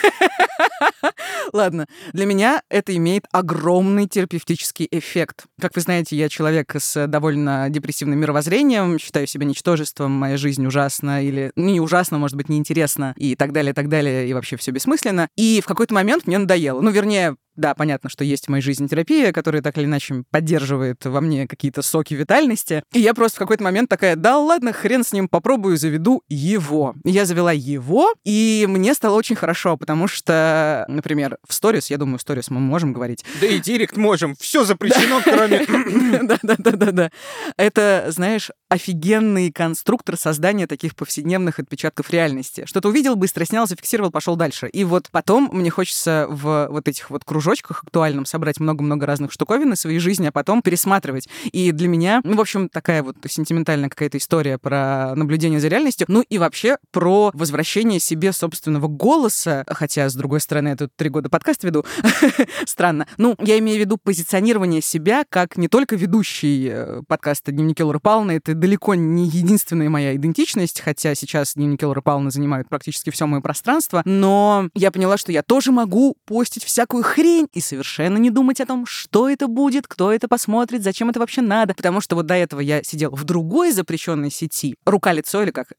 [SPEAKER 2] Ладно, для меня это имеет огромный терапевтический эффект. Как вы знаете, я человек с довольно депрессивным мировоззрением, считаю себя ничтожеством, моя жизнь ужасна или ну, не ужасна, может быть, неинтересна и так далее, так далее, и вообще все бессмысленно. И в какой-то момент мне надоело. Ну, вернее, да, понятно, что есть в моей жизни терапия, которая так или иначе поддерживает во мне какие-то соки витальности. И я просто в какой-то момент такая, да ладно, хрен с ним, попробую, заведу его. И я завела его, и мне стало очень хорошо, потому что, например, в сторис, я думаю, в сторис мы можем говорить.
[SPEAKER 1] Да и директ можем, все запрещено, кроме...
[SPEAKER 2] Да-да-да-да-да. Это, знаешь, офигенный конструктор создания таких повседневных отпечатков реальности. Что-то увидел, быстро снял, зафиксировал, пошел дальше. И вот потом мне хочется в вот этих вот кружочках актуальном собрать много-много разных штуковин из своей жизни, а потом пересматривать. И для меня, ну, в общем, такая вот сентиментальная какая-то история про наблюдение за реальностью, ну и вообще про возвращение себе собственного голоса, хотя, с другой стороны, я тут три года подкаст веду, странно. Ну, я имею в виду позиционирование себя как не только ведущий подкаста «Дневники Лоры Павловны», это далеко не единственная моя идентичность, хотя сейчас «Дневники Лоры Павловны» занимают практически все мое пространство, но я поняла, что я тоже могу постить всякую хрень и совершенно не думать о том, что это будет, кто это посмотрит, зачем это вообще надо, потому что вот до этого я сидела в другой запрещенной сети, рука-лицо или как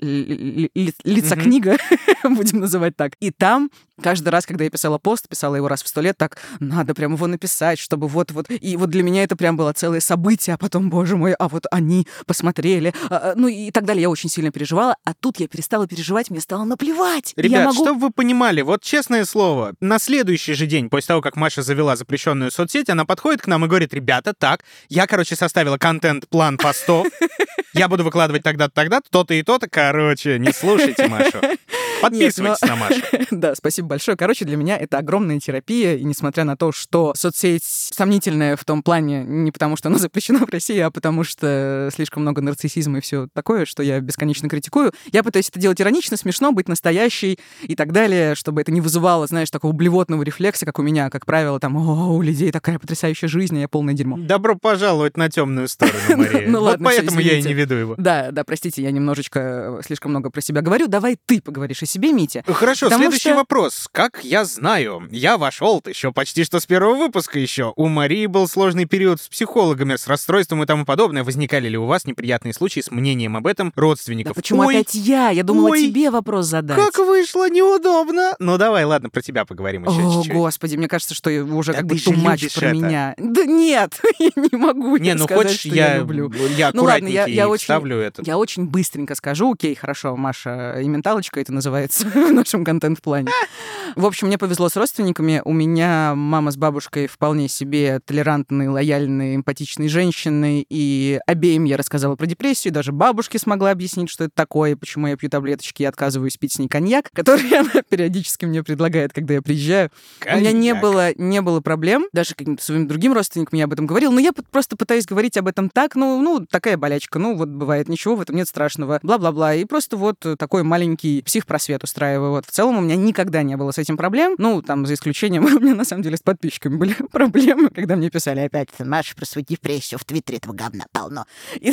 [SPEAKER 2] лицо-книга, будем называть так, и там каждый раз, когда я писала пост, писала его раз в сто лет, так, надо прям его написать, чтобы вот-вот... И вот для меня это прям было целое событие, а потом, боже мой, а вот они посмотрели, а, ну и так далее. Я очень сильно переживала, а тут я перестала переживать, мне стало наплевать.
[SPEAKER 1] Ребят,
[SPEAKER 2] могу...
[SPEAKER 1] чтобы вы понимали, вот честное слово, на следующий же день, после того, как Маша завела запрещенную соцсеть, она подходит к нам и говорит, ребята, так, я, короче, составила контент-план постов, я буду выкладывать тогда-то, тогда-то, то-то и то-то, короче, не слушайте Машу. Подписывайтесь Нет, но... на Машу.
[SPEAKER 2] Да, спасибо большое. Короче, для меня это огромная терапия, и несмотря на то, что соцсеть сомнительная в том плане, не потому что она запрещена в России, а потому что слишком много нарциссизма и все такое, что я бесконечно критикую, я пытаюсь это делать иронично, смешно, быть настоящей и так далее, чтобы это не вызывало, знаешь, такого блевотного рефлекса, как у меня, как правило, там, о, у людей такая потрясающая жизнь, а я полное дерьмо.
[SPEAKER 1] Добро пожаловать на темную сторону, Мария.
[SPEAKER 2] Ну ладно,
[SPEAKER 1] поэтому я и не веду его.
[SPEAKER 2] Да, да, простите, я немножечко слишком много про себя говорю. Давай ты поговоришь о себе, Митя.
[SPEAKER 1] Хорошо,
[SPEAKER 2] Потому
[SPEAKER 1] следующий
[SPEAKER 2] что...
[SPEAKER 1] вопрос. Как я знаю, я вошел еще почти что с первого выпуска еще. У Марии был сложный период с психологами, с расстройством и тому подобное. Возникали ли у вас неприятные случаи с мнением об этом родственников?
[SPEAKER 2] Да почему
[SPEAKER 1] Ой,
[SPEAKER 2] опять я? Я думала
[SPEAKER 1] ой,
[SPEAKER 2] тебе вопрос задать.
[SPEAKER 1] как вышло неудобно. Ну давай, ладно, про тебя поговорим еще
[SPEAKER 2] О,
[SPEAKER 1] чуть-чуть.
[SPEAKER 2] господи, мне кажется, что уже
[SPEAKER 1] Да
[SPEAKER 2] как
[SPEAKER 1] ты
[SPEAKER 2] бы
[SPEAKER 1] же
[SPEAKER 2] тумач
[SPEAKER 1] любишь
[SPEAKER 2] про
[SPEAKER 1] это.
[SPEAKER 2] меня. Да нет, я не могу
[SPEAKER 1] Не, ну
[SPEAKER 2] сказать,
[SPEAKER 1] хочешь,
[SPEAKER 2] что
[SPEAKER 1] я,
[SPEAKER 2] я люблю.
[SPEAKER 1] я
[SPEAKER 2] Ну ладно, я,
[SPEAKER 1] аккуратненький
[SPEAKER 2] я очень,
[SPEAKER 1] вставлю это.
[SPEAKER 2] я очень быстренько скажу. Окей, хорошо, Маша, и менталочка это называется в нашем контент-плане. В общем, мне повезло с родственниками. У меня мама с бабушкой вполне себе толерантные, лояльные, эмпатичные женщины, и обеим я рассказала про депрессию, даже бабушке смогла объяснить, что это такое, почему я пью таблеточки и отказываюсь пить с ней коньяк, который она периодически мне предлагает, когда я приезжаю.
[SPEAKER 1] Коньяк.
[SPEAKER 2] У меня не было, не было проблем, даже каким-то своим другим родственникам я об этом говорила, но я просто пытаюсь говорить об этом так, ну, ну, такая болячка, ну, вот бывает, ничего в этом нет страшного, бла-бла-бла, и просто вот такой маленький психпросвет устраиваю. Вот в целом у меня никогда не было с этим проблем, ну, там, за исключением, у меня на самом деле с подписчиками были проблемы, когда мне писали опять, Маша, про свою депрессию, в Твиттере этого говна полно. И,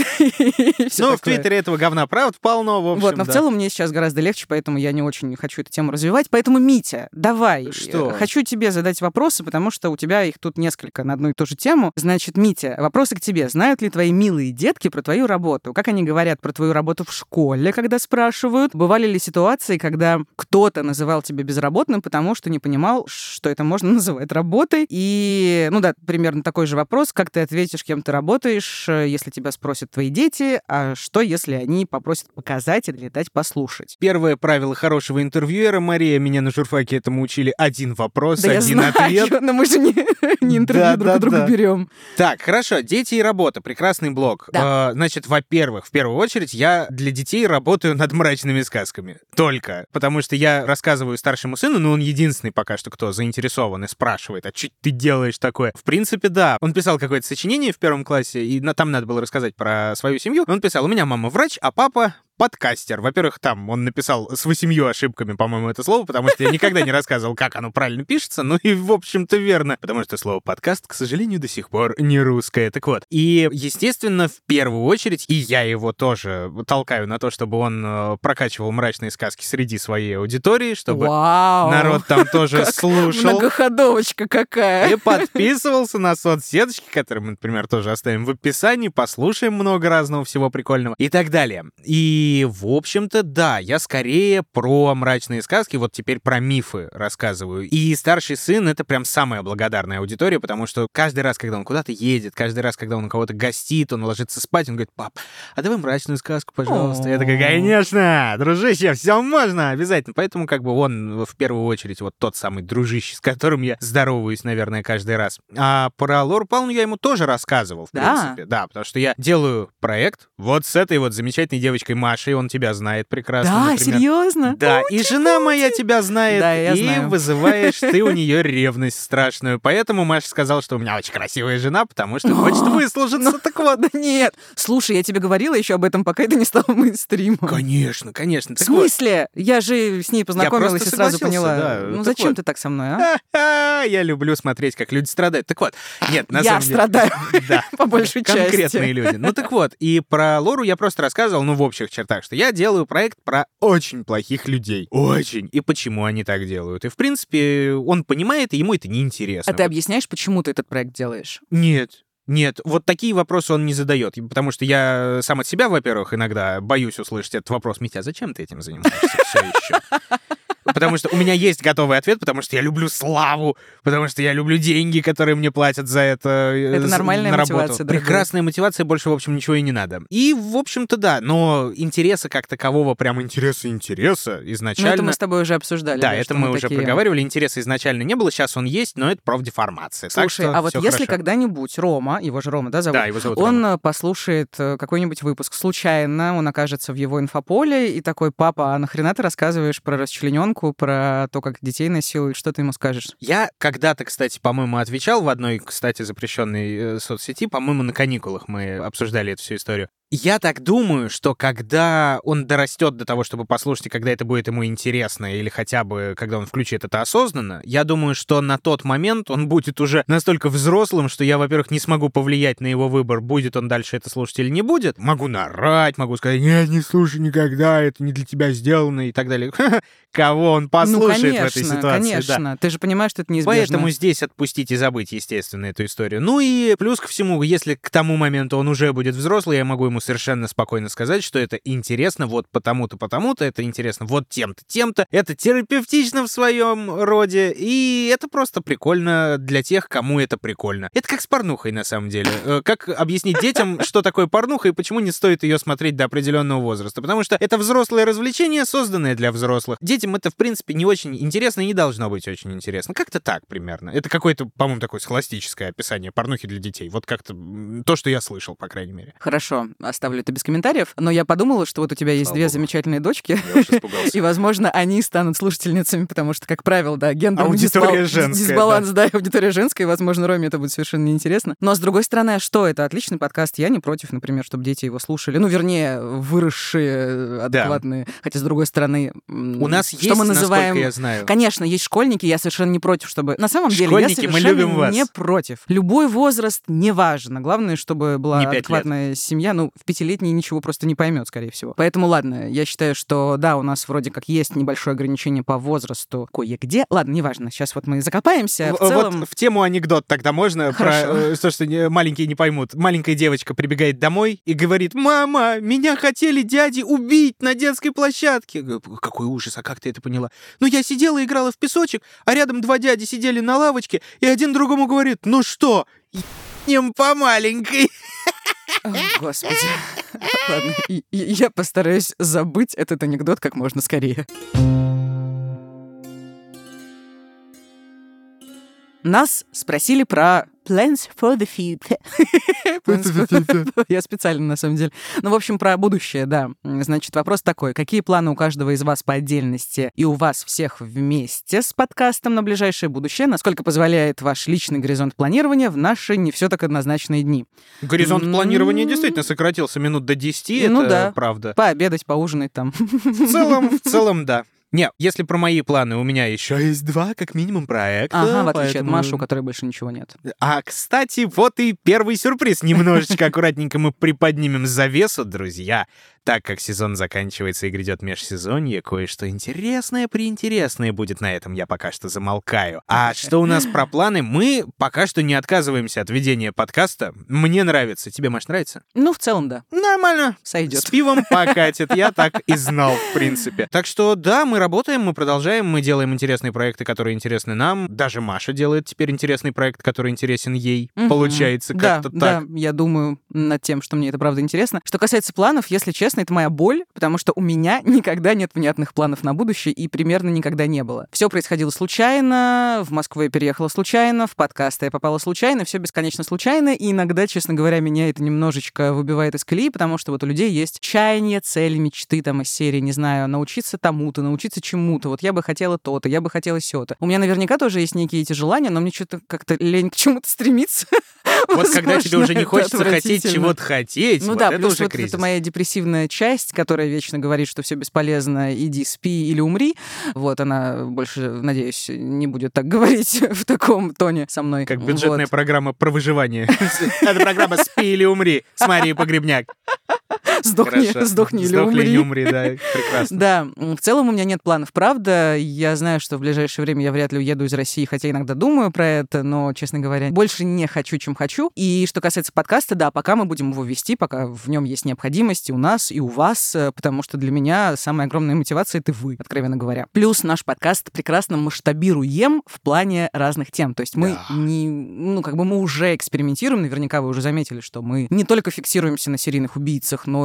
[SPEAKER 2] и всё
[SPEAKER 1] Ну, в
[SPEAKER 2] такое.
[SPEAKER 1] Твиттере этого говна правда полно, в общем,
[SPEAKER 2] Вот, но
[SPEAKER 1] да.
[SPEAKER 2] в целом мне сейчас гораздо легче, поэтому я не очень хочу эту тему развивать. Поэтому, Митя, давай.
[SPEAKER 1] Что?
[SPEAKER 2] э, Хочу тебе задать вопросы, потому что у тебя их тут несколько на одну и ту же тему. Значит, Митя, вопросы к тебе. Знают ли твои милые детки про твою работу? Как они говорят про твою работу в школе, когда спрашивают? Бывали ли ситуации, когда кто-то называл тебя безработным, потому что не понимал, что это можно называть работой? И, ну да, примерно такой же вопрос. Как ты ответишь, кем ты работаешь, э, если тебя спросят твои дети? А что, если они попросят показать или дать послушать?
[SPEAKER 1] Первое правило хорошего интервьюера, Мария, меня на журфаке этому учили: один вопрос,
[SPEAKER 2] Да я
[SPEAKER 1] один
[SPEAKER 2] знаю,
[SPEAKER 1] ответ.
[SPEAKER 2] но мы же не, не интервью
[SPEAKER 1] Да,
[SPEAKER 2] друг
[SPEAKER 1] да,
[SPEAKER 2] у друга
[SPEAKER 1] да.
[SPEAKER 2] берем.
[SPEAKER 1] Так, хорошо, дети и работа, прекрасный блок.
[SPEAKER 2] Да.
[SPEAKER 1] Э, значит, во-первых, в первую очередь, я для детей работаю над мрачными сказками. Только. Потому что я рассказываю старшему сыну, но он единственный пока что, кто заинтересован и спрашивает, а что ты делаешь такое? В принципе, да. Он писал какое-то сочинение в первом классе, и на- там надо было рассказать про свою семью. Он писал: у меня мама врач, а папа подкастер. Во-первых, там он написал с восемью ошибками, по-моему, это слово, потому что я никогда не рассказывал, как оно правильно пишется, ну и, в общем-то, верно, потому что слово «подкаст», к сожалению, до сих пор не русское. Так вот, и, естественно, в первую очередь, и я его тоже толкаю на то, чтобы он э, прокачивал мрачные сказки среди своей аудитории, чтобы
[SPEAKER 2] Вау!
[SPEAKER 1] народ там тоже
[SPEAKER 2] Как
[SPEAKER 1] слушал.
[SPEAKER 2] Многоходовочка какая.
[SPEAKER 1] И подписывался на соцсеточки, которые мы, например, тоже оставим в описании, послушаем много разного всего прикольного и так далее. И, в общем-то, да, я скорее про мрачные сказки, вот теперь про мифы рассказываю. И старший сын — это прям самая благодарная аудитория, потому что каждый раз, когда он куда-то едет, каждый раз, когда он у кого-то гостит, он ложится спать, он говорит: пап, а давай мрачную сказку, пожалуйста. Я такая: конечно, дружище, все можно, обязательно. Поэтому как бы он в первую очередь вот тот самый дружище, с которым я здороваюсь, наверное, каждый раз. А про Лору Павловну я ему тоже рассказывал, в
[SPEAKER 2] Да?
[SPEAKER 1] принципе. Да, потому что я делаю проект вот с этой вот замечательной девочкой Машей, он тебя знает прекрасно,
[SPEAKER 2] Да,
[SPEAKER 1] например.
[SPEAKER 2] серьезно?
[SPEAKER 1] Да, и жена моя тебя знает,
[SPEAKER 2] Да, я
[SPEAKER 1] и
[SPEAKER 2] знаю.
[SPEAKER 1] вызываешь ты у нее ревность страшную. Поэтому Маша сказала, что у меня очень красивая жена, потому что хочет выслужиться. Так вот.
[SPEAKER 2] Да нет. Слушай, я тебе говорила еще об этом, пока это не стало мейнстримом.
[SPEAKER 1] Конечно, конечно.
[SPEAKER 2] В
[SPEAKER 1] Так вот.
[SPEAKER 2] смысле? Я же с ней познакомилась
[SPEAKER 1] просто
[SPEAKER 2] и сразу
[SPEAKER 1] согласился,
[SPEAKER 2] поняла.
[SPEAKER 1] да.
[SPEAKER 2] Ну
[SPEAKER 1] Так
[SPEAKER 2] зачем
[SPEAKER 1] вот.
[SPEAKER 2] ты так со мной, а?
[SPEAKER 1] Ха-ха, я люблю смотреть, как люди страдают. Так вот, нет, на
[SPEAKER 2] Я
[SPEAKER 1] самом деле...
[SPEAKER 2] страдаю.
[SPEAKER 1] Да.
[SPEAKER 2] По большей части.
[SPEAKER 1] Конкретные люди. Ну так вот, и про Лору я просто рассказывал, ну, в общих чертах, что я делаю проект про очень плохих людей. Очень. И почему они так делают. И, в принципе, он понимает, и ему это неинтересно.
[SPEAKER 2] А ты объясняешь, почему ты этот проект делаешь?
[SPEAKER 1] Нет. Нет, вот такие вопросы он не задает, потому что я сам от себя, во-первых, иногда боюсь услышать этот вопрос: Митя, а зачем ты этим занимаешься все еще? Потому что у меня есть готовый ответ, потому что я люблю славу, потому что я люблю деньги, которые мне платят за это.
[SPEAKER 2] Это
[SPEAKER 1] э,
[SPEAKER 2] нормальная
[SPEAKER 1] на работу.
[SPEAKER 2] мотивация, дорогой.
[SPEAKER 1] Прекрасная мотивация, больше, в общем, ничего и не надо. И, в общем-то, да, но интереса как такового, прям интереса-интереса
[SPEAKER 2] Ну,
[SPEAKER 1] изначально...
[SPEAKER 2] это мы с тобой уже обсуждали.
[SPEAKER 1] Да,
[SPEAKER 2] что
[SPEAKER 1] это мы уже
[SPEAKER 2] такие.
[SPEAKER 1] проговаривали. Интереса изначально не было, сейчас он есть, но это профдеформация. Так
[SPEAKER 2] Слушай,
[SPEAKER 1] что
[SPEAKER 2] а вот
[SPEAKER 1] всё
[SPEAKER 2] если
[SPEAKER 1] хорошо.
[SPEAKER 2] когда-нибудь Рома, его же Рома, да, зовут?
[SPEAKER 1] Да, его зовут
[SPEAKER 2] Он
[SPEAKER 1] Рома.
[SPEAKER 2] э, послушает э, какой-нибудь выпуск случайно, он окажется в его инфополе и такой: папа, а нахрена ты рассказываешь про расчлененку, про то, как детей насилуют, что ты ему скажешь?
[SPEAKER 1] Я когда-то, кстати, по-моему, отвечал в одной, кстати, запрещенной э, соцсети, по-моему, на каникулах мы обсуждали эту всю историю. Я так думаю, что когда он дорастет до того, чтобы послушать, и когда это будет ему интересно, или хотя бы когда он включит это осознанно, я думаю, что на тот момент он будет уже настолько взрослым, что я, во-первых, не смогу повлиять на его выбор, будет он дальше это слушать или не будет. Могу наорать, могу сказать, нет, не слушай никогда, это не для тебя сделано и так далее. Кого он послушает
[SPEAKER 2] ну, конечно,
[SPEAKER 1] в этой ситуации?
[SPEAKER 2] Конечно,
[SPEAKER 1] да.
[SPEAKER 2] Ты же понимаешь, что это неизбежно.
[SPEAKER 1] Поэтому здесь отпустить и забыть, естественно, эту историю. Ну и плюс ко всему, если к тому моменту он уже будет взрослый, я могу ему совершенно спокойно сказать, что это интересно вот потому-то, потому-то, это интересно вот тем-то, тем-то, это терапевтично в своем роде, и это просто прикольно для тех, кому это прикольно. Это как с порнухой, на самом деле. Как объяснить детям, что такое порнуха и почему не стоит ее смотреть до определенного возраста? Потому что это взрослое развлечение, созданное для взрослых. Детям это, в принципе, не очень интересно и не должно быть очень интересно. Как-то так примерно. Это какое-то, по-моему, такое схоластическое описание порнухи для детей. Вот как-то то, что я слышал, по крайней мере.
[SPEAKER 2] Хорошо, оставлю это без комментариев, но я подумала, что вот у тебя есть
[SPEAKER 1] Слава
[SPEAKER 2] две
[SPEAKER 1] Богу.
[SPEAKER 2] замечательные дочки,
[SPEAKER 1] Я уж испугался.
[SPEAKER 2] и, возможно, они станут слушательницами, потому что, как правило, да, гендерный
[SPEAKER 1] Аудитория
[SPEAKER 2] дисбал-
[SPEAKER 1] женская,
[SPEAKER 2] дисбаланс, да. да, аудитория женская, и, возможно, Роме это будет совершенно неинтересно. Но, с другой стороны, что это? Отличный подкаст, я не против, например, чтобы дети его слушали. Ну, вернее, выросшие, адекватные. Да. Хотя, с другой стороны,
[SPEAKER 1] у нас
[SPEAKER 2] что
[SPEAKER 1] есть,
[SPEAKER 2] мы называем...
[SPEAKER 1] я знаю.
[SPEAKER 2] Конечно, есть школьники, я совершенно не против, чтобы... На самом деле,
[SPEAKER 1] Школьники,
[SPEAKER 2] я
[SPEAKER 1] мы
[SPEAKER 2] совершенно
[SPEAKER 1] любим вас.
[SPEAKER 2] не против. Любой возраст, неважно. Главное, чтобы была
[SPEAKER 1] Не пять
[SPEAKER 2] адекватная
[SPEAKER 1] лет.
[SPEAKER 2] семья. Ну, в пятилетней ничего просто не поймет, скорее всего. Поэтому, ладно, я считаю, что, да, у нас вроде как есть небольшое ограничение по возрасту кое-где. Ладно, неважно, сейчас вот мы закопаемся. В целом...
[SPEAKER 1] Вот в тему анекдот тогда можно,
[SPEAKER 2] Хорошо.
[SPEAKER 1] про э, то, что не- маленькие не поймут. Маленькая девочка прибегает домой и говорит: «Мама, меня хотели дяди убить на детской площадке». Я говорю: какой ужас, а как ты это поняла? Ну, я сидела и играла в песочек, а рядом два дяди сидели на лавочке, и один другому говорит: ну что, ем по маленькой.
[SPEAKER 2] О, Господи. Ладно, и- и я постараюсь забыть этот анекдот как можно скорее. Нас спросили про plans for the future. Plans for- Я специально, на самом деле. Ну, в общем, про будущее, да. Значит, вопрос такой. Какие планы у каждого из вас по отдельности и у вас всех вместе с подкастом на ближайшее будущее? Насколько позволяет ваш личный горизонт планирования в наши не все так однозначные дни?
[SPEAKER 1] Горизонт
[SPEAKER 2] М.
[SPEAKER 1] планирования действительно сократился минут до десяти,
[SPEAKER 2] Ну
[SPEAKER 1] это
[SPEAKER 2] да.
[SPEAKER 1] правда.
[SPEAKER 2] Пообедать, поужинать там.
[SPEAKER 1] В целом, в целом, да. Не, если про мои планы, у меня еще есть два, как минимум, проекта.
[SPEAKER 2] Ага, в отличие от
[SPEAKER 1] поэтому-
[SPEAKER 2] Маши, у которой больше ничего нет.
[SPEAKER 1] А, кстати, вот и первый сюрприз. Немножечко аккуратненько мы приподнимем завесу, друзья. Так как сезон заканчивается и грядет межсезонье, кое-что интересное, приинтересное будет на этом, я пока что замолкаю. А что у нас про планы? Мы пока что не отказываемся от ведения подкаста. Мне нравится. Тебе, Маш, нравится?
[SPEAKER 2] Ну, в целом, да.
[SPEAKER 1] Нормально.
[SPEAKER 2] Сойдет.
[SPEAKER 1] С пивом покатит. Я так и знал, в принципе. Так что, да, мы работаем, мы продолжаем, мы делаем интересные проекты, которые интересны нам. Даже Маша делает теперь интересный проект, который интересен ей.
[SPEAKER 2] Мгм.
[SPEAKER 1] Получается
[SPEAKER 2] Да,
[SPEAKER 1] как-то
[SPEAKER 2] да,
[SPEAKER 1] так.
[SPEAKER 2] я думаю над тем, что мне это правда интересно. Что касается планов, если честно, это моя боль, потому что у меня никогда нет внятных планов на будущее и примерно никогда не было. Все происходило случайно, в Москву я переехала случайно, в подкасты я попала случайно, все бесконечно случайно, и иногда, честно говоря, меня это немножечко выбивает из колеи, потому что вот у людей есть чаяния, цели, мечты там из серии, не знаю, научиться тому-то, научиться чему-то. Вот я бы хотела то-то, я бы хотела сё-то. У меня наверняка тоже есть некие эти желания, но мне что-то как-то лень к чему-то стремиться.
[SPEAKER 1] Вот когда тебе
[SPEAKER 2] Возможно,
[SPEAKER 1] уже не
[SPEAKER 2] это
[SPEAKER 1] хочется хотеть
[SPEAKER 2] отвратительно.
[SPEAKER 1] чего-то хотеть,
[SPEAKER 2] Ну
[SPEAKER 1] вот
[SPEAKER 2] да,
[SPEAKER 1] это
[SPEAKER 2] плюс
[SPEAKER 1] уже
[SPEAKER 2] вот
[SPEAKER 1] кризис.
[SPEAKER 2] это моя депрессивная часть, которая вечно говорит, что все бесполезно, иди спи или умри. Вот она больше, надеюсь, не будет так говорить в таком тоне со мной.
[SPEAKER 1] Как бюджетная
[SPEAKER 2] Вот.
[SPEAKER 1] программа про выживание. Это программа «Спи или умри» с Марией Погребняк.
[SPEAKER 2] Сдохни,
[SPEAKER 1] Хорошо.
[SPEAKER 2] сдохни или
[SPEAKER 1] Сдохни
[SPEAKER 2] умри.
[SPEAKER 1] не умри, да, прекрасно.
[SPEAKER 2] Да, в целом у меня нет планов, правда. Я знаю, что в ближайшее время я вряд ли уеду из России, хотя иногда думаю про это, но, честно говоря, больше не хочу, чем хочу. И что касается подкаста, да, пока мы будем его вести, пока в нем есть необходимость и у нас, и у вас, э, потому что для меня самая огромная мотивация — это вы, откровенно говоря. Плюс наш подкаст прекрасно масштабируем в плане разных тем. То есть мы
[SPEAKER 1] Да.
[SPEAKER 2] не, ну, как бы мы уже экспериментируем, наверняка вы уже заметили, что мы не только фиксируемся на серийных убийцах, но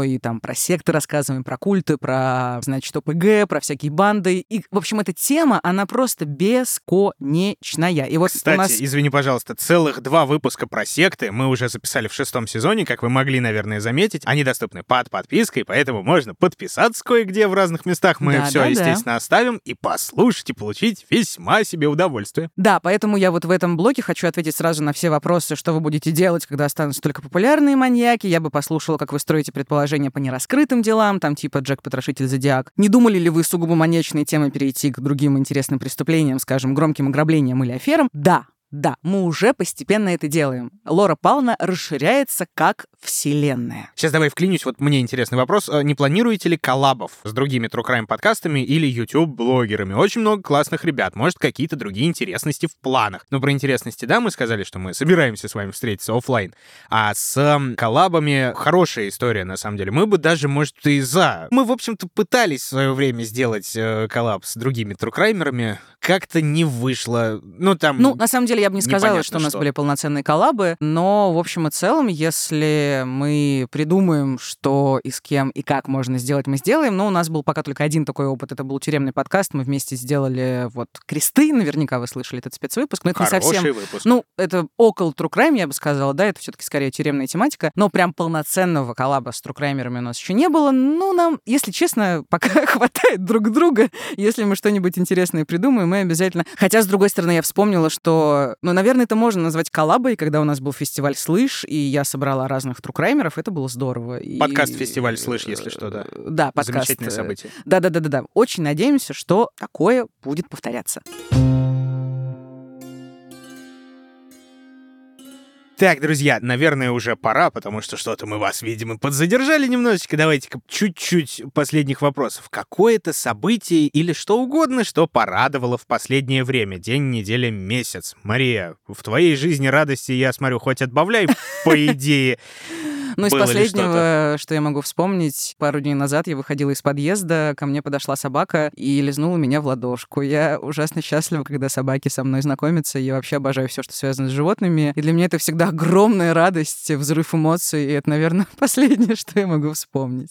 [SPEAKER 2] и там про секты рассказываем, про культы, про, значит, ОПГ, про всякие банды. И, в общем, эта тема, она просто бесконечная. И вот
[SPEAKER 1] Кстати,
[SPEAKER 2] у нас...
[SPEAKER 1] извини, пожалуйста, целых два выпуска про секты мы уже записали в шестом сезоне, как вы могли, наверное, заметить. Они доступны под подпиской, поэтому можно подписаться кое-где в разных местах. Мы
[SPEAKER 2] Да,
[SPEAKER 1] все,
[SPEAKER 2] да,
[SPEAKER 1] естественно, оставим и послушать, и получить весьма себе удовольствие.
[SPEAKER 2] Да, поэтому я вот в этом блоке хочу ответить сразу на все вопросы, что вы будете делать, когда останутся только популярные маньяки. Я бы послушала, как вы строите предположения по нераскрытым делам, там типа Джек-потрошитель Зодиак. Не думали ли вы сугубо маньячные темы перейти к другим интересным преступлениям, скажем, громким ограблениям или аферам? Да. Да, мы уже постепенно это делаем. Лора Павловна расширяется как вселенная.
[SPEAKER 1] Сейчас давай вклинюсь, вот мне интересный вопрос. Не планируете ли коллабов с другими True Crime подкастами или YouTube-блогерами? Очень много классных ребят, может, какие-то другие интересности в планах. Но про интересности, да, мы сказали, что мы собираемся с вами встретиться офлайн, а с коллабами хорошая история, на самом деле. Мы бы даже, может, и за. Мы, в общем-то, пытались в свое время сделать э, коллаб с другими True Crime'ерами, как-то не вышло. Ну, там...
[SPEAKER 2] Ну, на самом деле, я бы не сказала,
[SPEAKER 1] непонятно
[SPEAKER 2] что у нас
[SPEAKER 1] что.
[SPEAKER 2] были полноценные коллабы, но, в общем и целом, если мы придумаем, что и с кем, и как можно сделать, мы сделаем. Но у нас был пока только один такой опыт, это был тюремный подкаст, мы вместе сделали вот «Кресты», наверняка вы слышали этот спецвыпуск, но это не
[SPEAKER 1] Хороший
[SPEAKER 2] совсем...
[SPEAKER 1] выпуск.
[SPEAKER 2] Ну, это около True Crime, я бы сказала, да, это все-таки скорее тюремная тематика, но прям полноценного коллаба с True Crime'ерами у нас еще не было. Ну, нам, если честно, пока хватает друг друга. Если мы что-нибудь интересное придумаем, мы обязательно... Хотя, с другой стороны, я вспомнила, что, ну, наверное, это можно назвать коллабой, когда у нас был фестиваль «Слышь», и я собрала разных трукраймеров, это было здорово. И...
[SPEAKER 1] Подкаст-фестиваль «Слышь», если что, да.
[SPEAKER 2] Да, подкаст.
[SPEAKER 1] Замечательное событие.
[SPEAKER 2] Да-да-да-да. Очень надеемся, что такое будет повторяться.
[SPEAKER 1] Так, друзья, наверное, уже пора, потому что что-то мы вас, видимо, подзадержали немножечко. Давайте-ка чуть-чуть последних вопросов. Какое-то событие или что угодно, что порадовало в последнее время? День, неделя, месяц. Мария, в твоей жизни радости, я смотрю, хоть отбавляй, по идее.
[SPEAKER 2] Ну, из
[SPEAKER 1] Было ли
[SPEAKER 2] последнего, что я могу вспомнить, пару дней назад я выходила из подъезда, ко мне подошла собака и лизнула меня в ладошку. Я ужасно счастлива, когда собаки со мной знакомятся. Я вообще обожаю все, что связано с животными. И для меня это всегда огромная радость, взрыв эмоций. И это, наверное, последнее, что я могу вспомнить.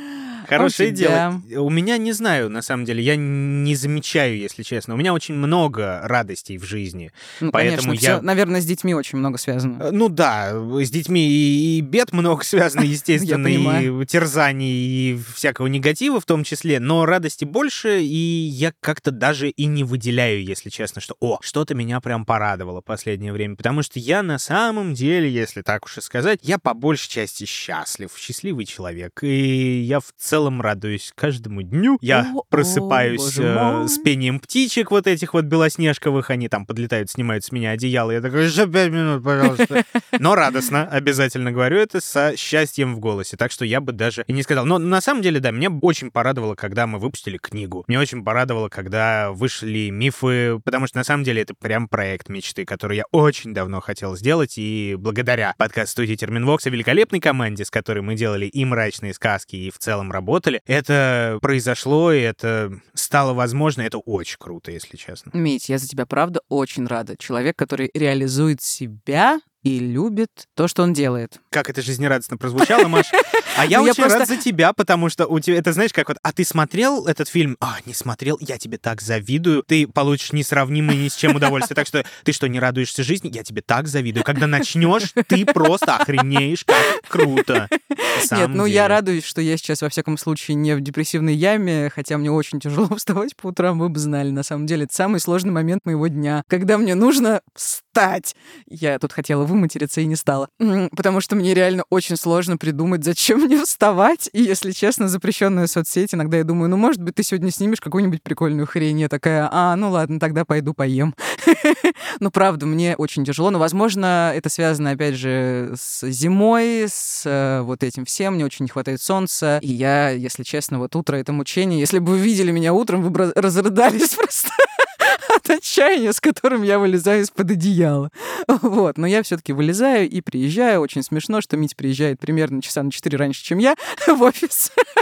[SPEAKER 1] Хорошее
[SPEAKER 2] у тебя?
[SPEAKER 1] дело. У меня, не знаю, на самом деле, я не замечаю, если честно. У меня очень много радостей в жизни.
[SPEAKER 2] Ну,
[SPEAKER 1] поэтому
[SPEAKER 2] конечно,
[SPEAKER 1] я...
[SPEAKER 2] всё, наверное, с детьми очень много связано.
[SPEAKER 1] Ну да, с детьми и, и бед много связано, естественно, и терзаний, и всякого негатива в том числе, но радости больше, и я как-то даже и не выделяю, если честно, что «О, что-то меня прям порадовало в последнее время», потому что я на самом деле, если так уж и сказать, я по большей части счастлив, счастливый человек, и я в целом радуюсь каждому дню. Я
[SPEAKER 2] О,
[SPEAKER 1] просыпаюсь
[SPEAKER 2] о,
[SPEAKER 1] э, с пением птичек вот этих вот белоснежковых, они там подлетают, снимают с меня одеяло, я такой, еще пять минут, пожалуйста. Но радостно, обязательно говорю это со счастьем в голосе, так что я бы даже и не сказал. Но на самом деле, да, меня очень порадовало, когда мы выпустили книгу. Мне очень порадовало, когда вышли мифы, потому что на самом деле это прям проект мечты, который я очень давно хотел сделать, и благодаря подкаст-студии Терминвокс и великолепной команде, с которой мы делали и мрачные сказки, и в целом работали, это произошло, и это стало возможно, это очень круто, если честно.
[SPEAKER 2] Мить, я за тебя, правда, очень рада. Человек, который реализует себя и любит то, что он делает.
[SPEAKER 1] Как это жизнерадостно прозвучало, Маш. А я очень рад за тебя, потому что у тебя, это знаешь, как вот, а ты смотрел этот фильм? А, не смотрел, я тебе так завидую. Ты получишь несравнимое ни с чем удовольствие. Так что ты что, не радуешься жизни? Я тебе так завидую. Когда начнешь, ты просто охренеешь, как круто.
[SPEAKER 2] Нет, ну я радуюсь, что я сейчас, во всяком случае, не в депрессивной яме, хотя мне очень тяжело вставать по утрам, вы бы знали. На самом деле, это самый сложный момент моего дня, когда мне нужно встать. Я тут хотела выматериться и не стала. Потому что мне реально очень сложно придумать, зачем мне вставать. И, если честно, запрещенная соцсеть, иногда я думаю, ну, может быть, ты сегодня снимешь какую-нибудь прикольную хрень. Я такая, а, ну ладно, тогда пойду поем. Ну, правда, мне очень тяжело. Но, возможно, это связано, опять же, с зимой, с вот этим всем. Мне очень не хватает солнца. И я, если честно, вот утро — это мучение. Если бы вы видели меня утром, вы бы разрыдались просто от отчаяния, с которым я вылезаю из-под одеяла. Вот. Но я все-таки вылезаю и приезжаю. Очень смешно, что Митя приезжает примерно часа на четыре раньше, чем я, в офис.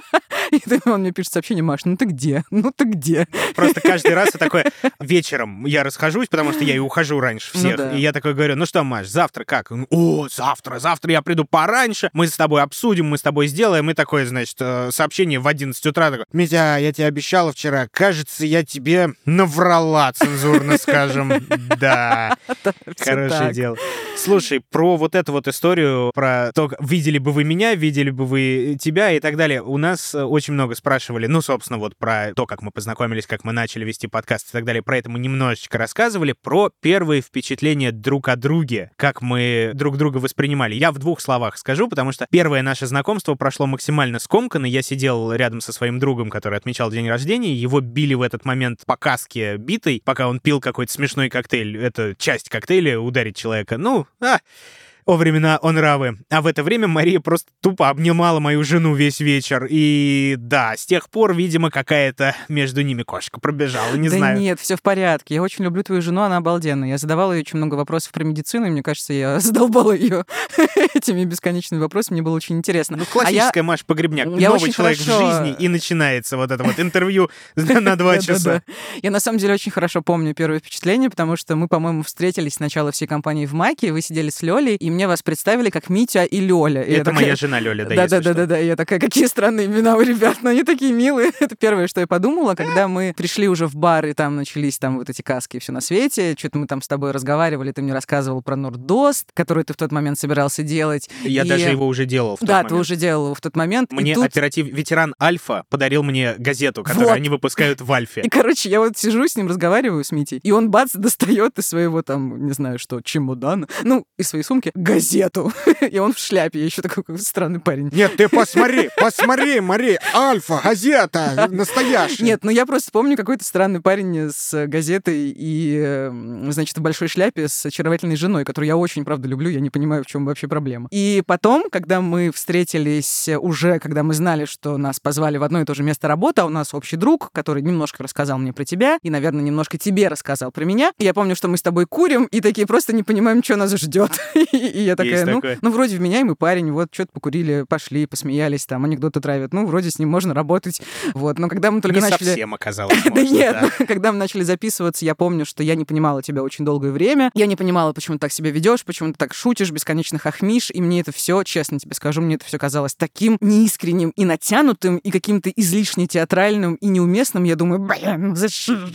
[SPEAKER 2] И он мне пишет сообщение: Маш, ну ты где? Ну ты где?
[SPEAKER 1] Просто каждый раз я такой, вечером я расхожусь, потому что я и ухожу раньше всех.
[SPEAKER 2] Ну, да.
[SPEAKER 1] И я такой говорю: ну что, Маш, завтра как? О, завтра, завтра я приду пораньше, мы с тобой обсудим, мы с тобой сделаем. И такое, значит, сообщение в одиннадцать утра. Такое: Митя, я тебе обещала вчера, кажется, я тебе наврала, цензурно скажем. Да, хорошее дело. Слушай, про вот эту вот историю, про то, видели бы вы меня, видели бы вы тебя и так далее. У нас очень много спрашивали, ну, собственно, вот про то, как мы познакомились, как мы начали вести подкаст и так далее. Про это мы немножечко рассказывали, про первые впечатления друг о друге, как мы друг друга воспринимали. Я в двух словах скажу, потому что первое наше знакомство прошло максимально скомканно. Я сидел рядом со своим другом, который отмечал день рождения, его били в этот момент по каске битой, пока он пил какой-то смешной коктейль. Это часть коктейля, ударить человека. Ну, а... О времена, о нравы. А в это время Мария просто тупо обнимала мою жену весь вечер. И да, с тех пор, видимо, какая-то между ними кошка пробежала, не
[SPEAKER 2] да
[SPEAKER 1] знаю.
[SPEAKER 2] Нет, все в порядке. Я очень люблю твою жену, она обалденная. Я задавала ей очень много вопросов про медицину, и мне кажется, я задолбала ее этими бесконечными вопросами. Мне было очень интересно.
[SPEAKER 1] Ну, классическая, а я... Маша Погребняк.
[SPEAKER 2] Я
[SPEAKER 1] Новый человек
[SPEAKER 2] хорошо...
[SPEAKER 1] в жизни, и начинается вот это вот интервью на два часа.
[SPEAKER 2] Я на самом деле очень хорошо помню первое впечатление, потому что мы, по-моему, встретились сначала всей компанией в Маке, вы сидели с Лёлей, и мне вас представили как Митя и Лёля. И
[SPEAKER 1] это
[SPEAKER 2] такая...
[SPEAKER 1] моя жена Лёля, да,
[SPEAKER 2] Да, да, да, да, да. Я такая: какие странные имена у ребят, но они такие милые. Это первое, что я подумала, когда мы пришли уже в бар, и там начались там вот эти каски и все на свете. Что-то мы там с тобой разговаривали, ты мне рассказывал про Нордост, который ты в тот момент собирался делать.
[SPEAKER 1] Я
[SPEAKER 2] и...
[SPEAKER 1] даже его уже делал в тот
[SPEAKER 2] да,
[SPEAKER 1] момент.
[SPEAKER 2] ты уже делал его в тот момент.
[SPEAKER 1] Мне
[SPEAKER 2] тут...
[SPEAKER 1] оператив ветеран Альфа подарил мне газету, которую
[SPEAKER 2] вот.
[SPEAKER 1] они выпускают в Альфе.
[SPEAKER 2] И, короче, я вот сижу с ним, разговариваю с Митей, и он, бац, достает из своего там, не знаю что, чемодана, ну, из своей сумки газету. И он в шляпе, я еще такой какой странный парень.
[SPEAKER 3] Нет, ты посмотри, посмотри, Мари, Альфа, газета, настоящая.
[SPEAKER 2] Нет, ну я просто помню какой-то странный парень с газетой и, значит, в большой шляпе с очаровательной женой, которую я очень, правда, люблю, я не понимаю, в чем вообще проблема. И потом, когда мы встретились уже, когда мы знали, что нас позвали в одно и то же место работы, а у нас общий друг, который немножко рассказал мне про тебя и, наверное, немножко тебе рассказал про меня. И я помню, что мы с тобой курим и такие просто не понимаем, что нас ждет. И я такая, ну, ну, вроде вменяемый парень, вот, что-то покурили, пошли, посмеялись, там, анекдоты травят, ну, вроде с ним можно работать, вот, но когда мы только
[SPEAKER 1] не
[SPEAKER 2] начали...
[SPEAKER 1] Не совсем оказалось,
[SPEAKER 2] да нет, когда мы начали записываться, я помню, что я не понимала тебя очень долгое время, я не понимала, почему ты так себя ведешь, почему ты так шутишь, бесконечно хохмишь, и мне это все, честно тебе скажу, мне это все казалось таким неискренним и натянутым, и каким-то излишне театральным и неуместным. Я думаю, блин, зачем?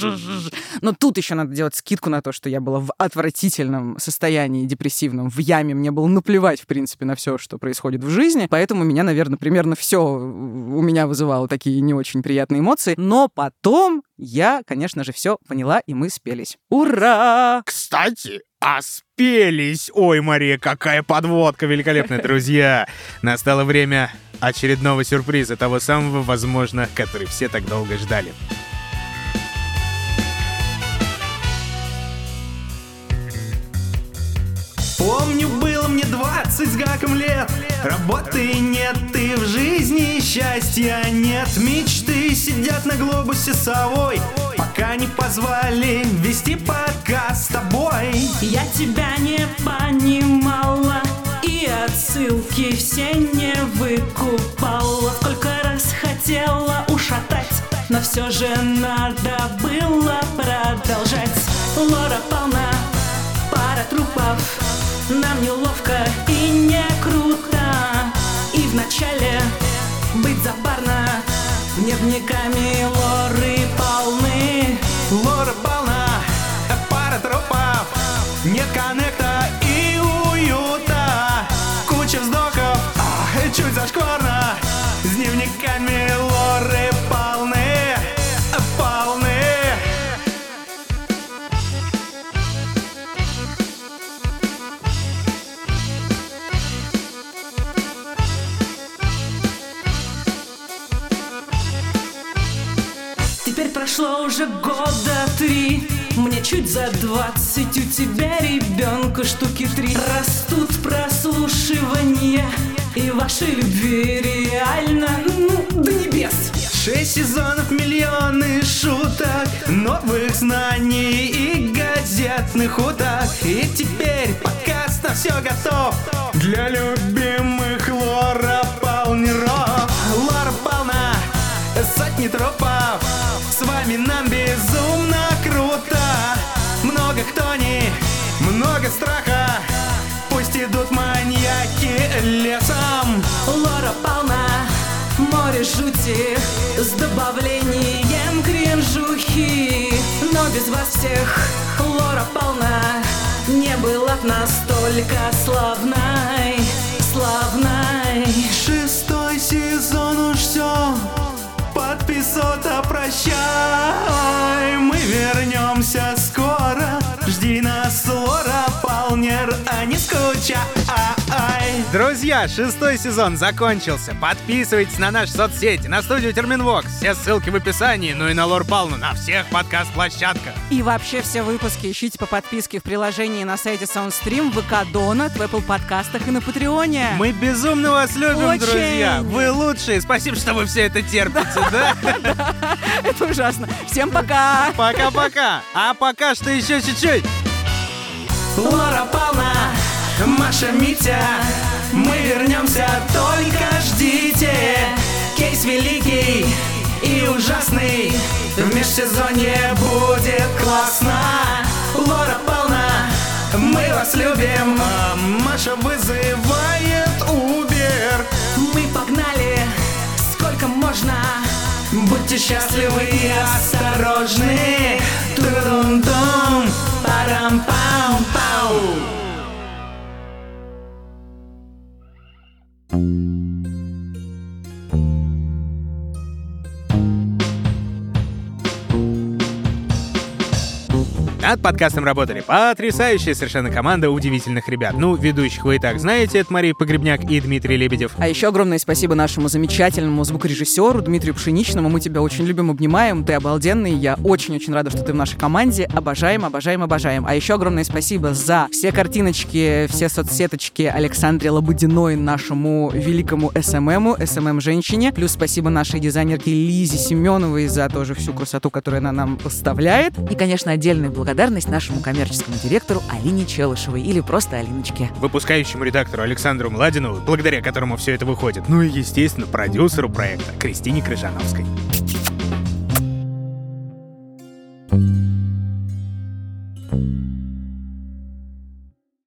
[SPEAKER 2] Но тут еще надо делать скидку на то, что я была в отвратительном состоянии, депрессивном, в яме, мне было наплевать, в принципе, на все, что происходит в жизни, поэтому меня, наверное, примерно все у меня вызывало такие не очень приятные эмоции, но потом я, конечно же, все поняла, и мы спелись. Ура!
[SPEAKER 1] Кстати, а спелись! Ой, Мария, какая подводка великолепная, друзья! Настало время очередного сюрприза, того самого, возможно, который все так долго ждали.
[SPEAKER 4] Помню, было мне двадцать с гаком лет. Работы нет, и в жизни счастья нет. Мечты сидят на глобусе совой, пока не позвали вести подкаст с тобой.
[SPEAKER 5] Я тебя не понимала, и отсылки все не выкупала. Сколько раз хотела ушатать, но все же надо было продолжать. Лора полна, пара трупов, нам неловко и не круто. И вначале быть запарно, дневниками лоры полны.
[SPEAKER 4] Лора полна, пара трупов, нет коннекта и уюта. Куча вздохов, ах, чуть зашкварно, с дневниками лоры полны, полны.
[SPEAKER 5] Теперь прошло уже года три, мне чуть за двадцать, у тебя ребенка штуки три. Растут прослушивания, и вашей любви реально, ну, до небес.
[SPEAKER 4] Шесть сезонов, миллионы шуток, новых знаний и газетных уток. И теперь подкаст на все готов для любимых лора полнеров. Лора полна, сотни трупов. С вами нам безумно круто. Много кто не, много страха. Пусть идут маньяки лесом.
[SPEAKER 5] Лора полна, море жути с добавлением кринжухи. Но без вас всех Лора полна не была б настолько славной, славной.
[SPEAKER 4] Шестой сезон уж все, подписота, прощай. Мы вернемся скоро, жди нас, Лора Палмер, а не скучай.
[SPEAKER 1] Друзья, шестой сезон закончился. Подписывайтесь на наши соцсети, на студию Терминвокс. Все ссылки в описании, ну и на Лор Палну на всех подкаст-площадках.
[SPEAKER 2] И вообще все выпуски ищите по подписке в приложении на сайте Soundstream, в ВК Донат, в Apple подкастах и на Патреоне.
[SPEAKER 1] Мы безумно вас любим,
[SPEAKER 2] Очень.
[SPEAKER 1] друзья. Вы лучшие. Спасибо, что вы все это терпите, да?
[SPEAKER 2] Это ужасно. Всем пока!
[SPEAKER 1] Пока-пока. А пока что еще чуть-чуть.
[SPEAKER 4] Лора Пална, Маша, Митя, мы вернемся, только ждите. Кейс великий и ужасный, в межсезонье будет классно. Лора Пална, мы вас любим. А Маша вызывает Убер.
[SPEAKER 5] Мы погнали, сколько можно.
[SPEAKER 4] Будьте счастливы и осторожны. Ту-дум-дум, парам-пам-пау.
[SPEAKER 1] Над подкастом работали потрясающая совершенно команда удивительных ребят. Ну, ведущих вы и так знаете, это Мария Погребняк и Дмитрий Лебедев.
[SPEAKER 2] А еще огромное спасибо нашему замечательному звукорежиссеру Дмитрию Пшеничному. Мы тебя очень любим, обнимаем. Ты обалденный. Я очень-очень рада, что ты в нашей команде. Обожаем, обожаем, обожаем. А еще огромное спасибо за все картиночки, все соцсеточки Александре Лободиной, нашему великому эс эм эм, эс эм эм-женщине. Плюс спасибо нашей дизайнерке Лизе Семеновой за тоже всю красоту, которую она нам поставляет. И, конечно, отдельная благодарность нашему коммерческому директору Алине Челышевой или просто Алиночке.
[SPEAKER 1] Выпускающему редактору Александру Младинову, благодаря которому все это выходит. Ну и, естественно, продюсеру проекта Кристине Крыжановской.
[SPEAKER 3] Thank you.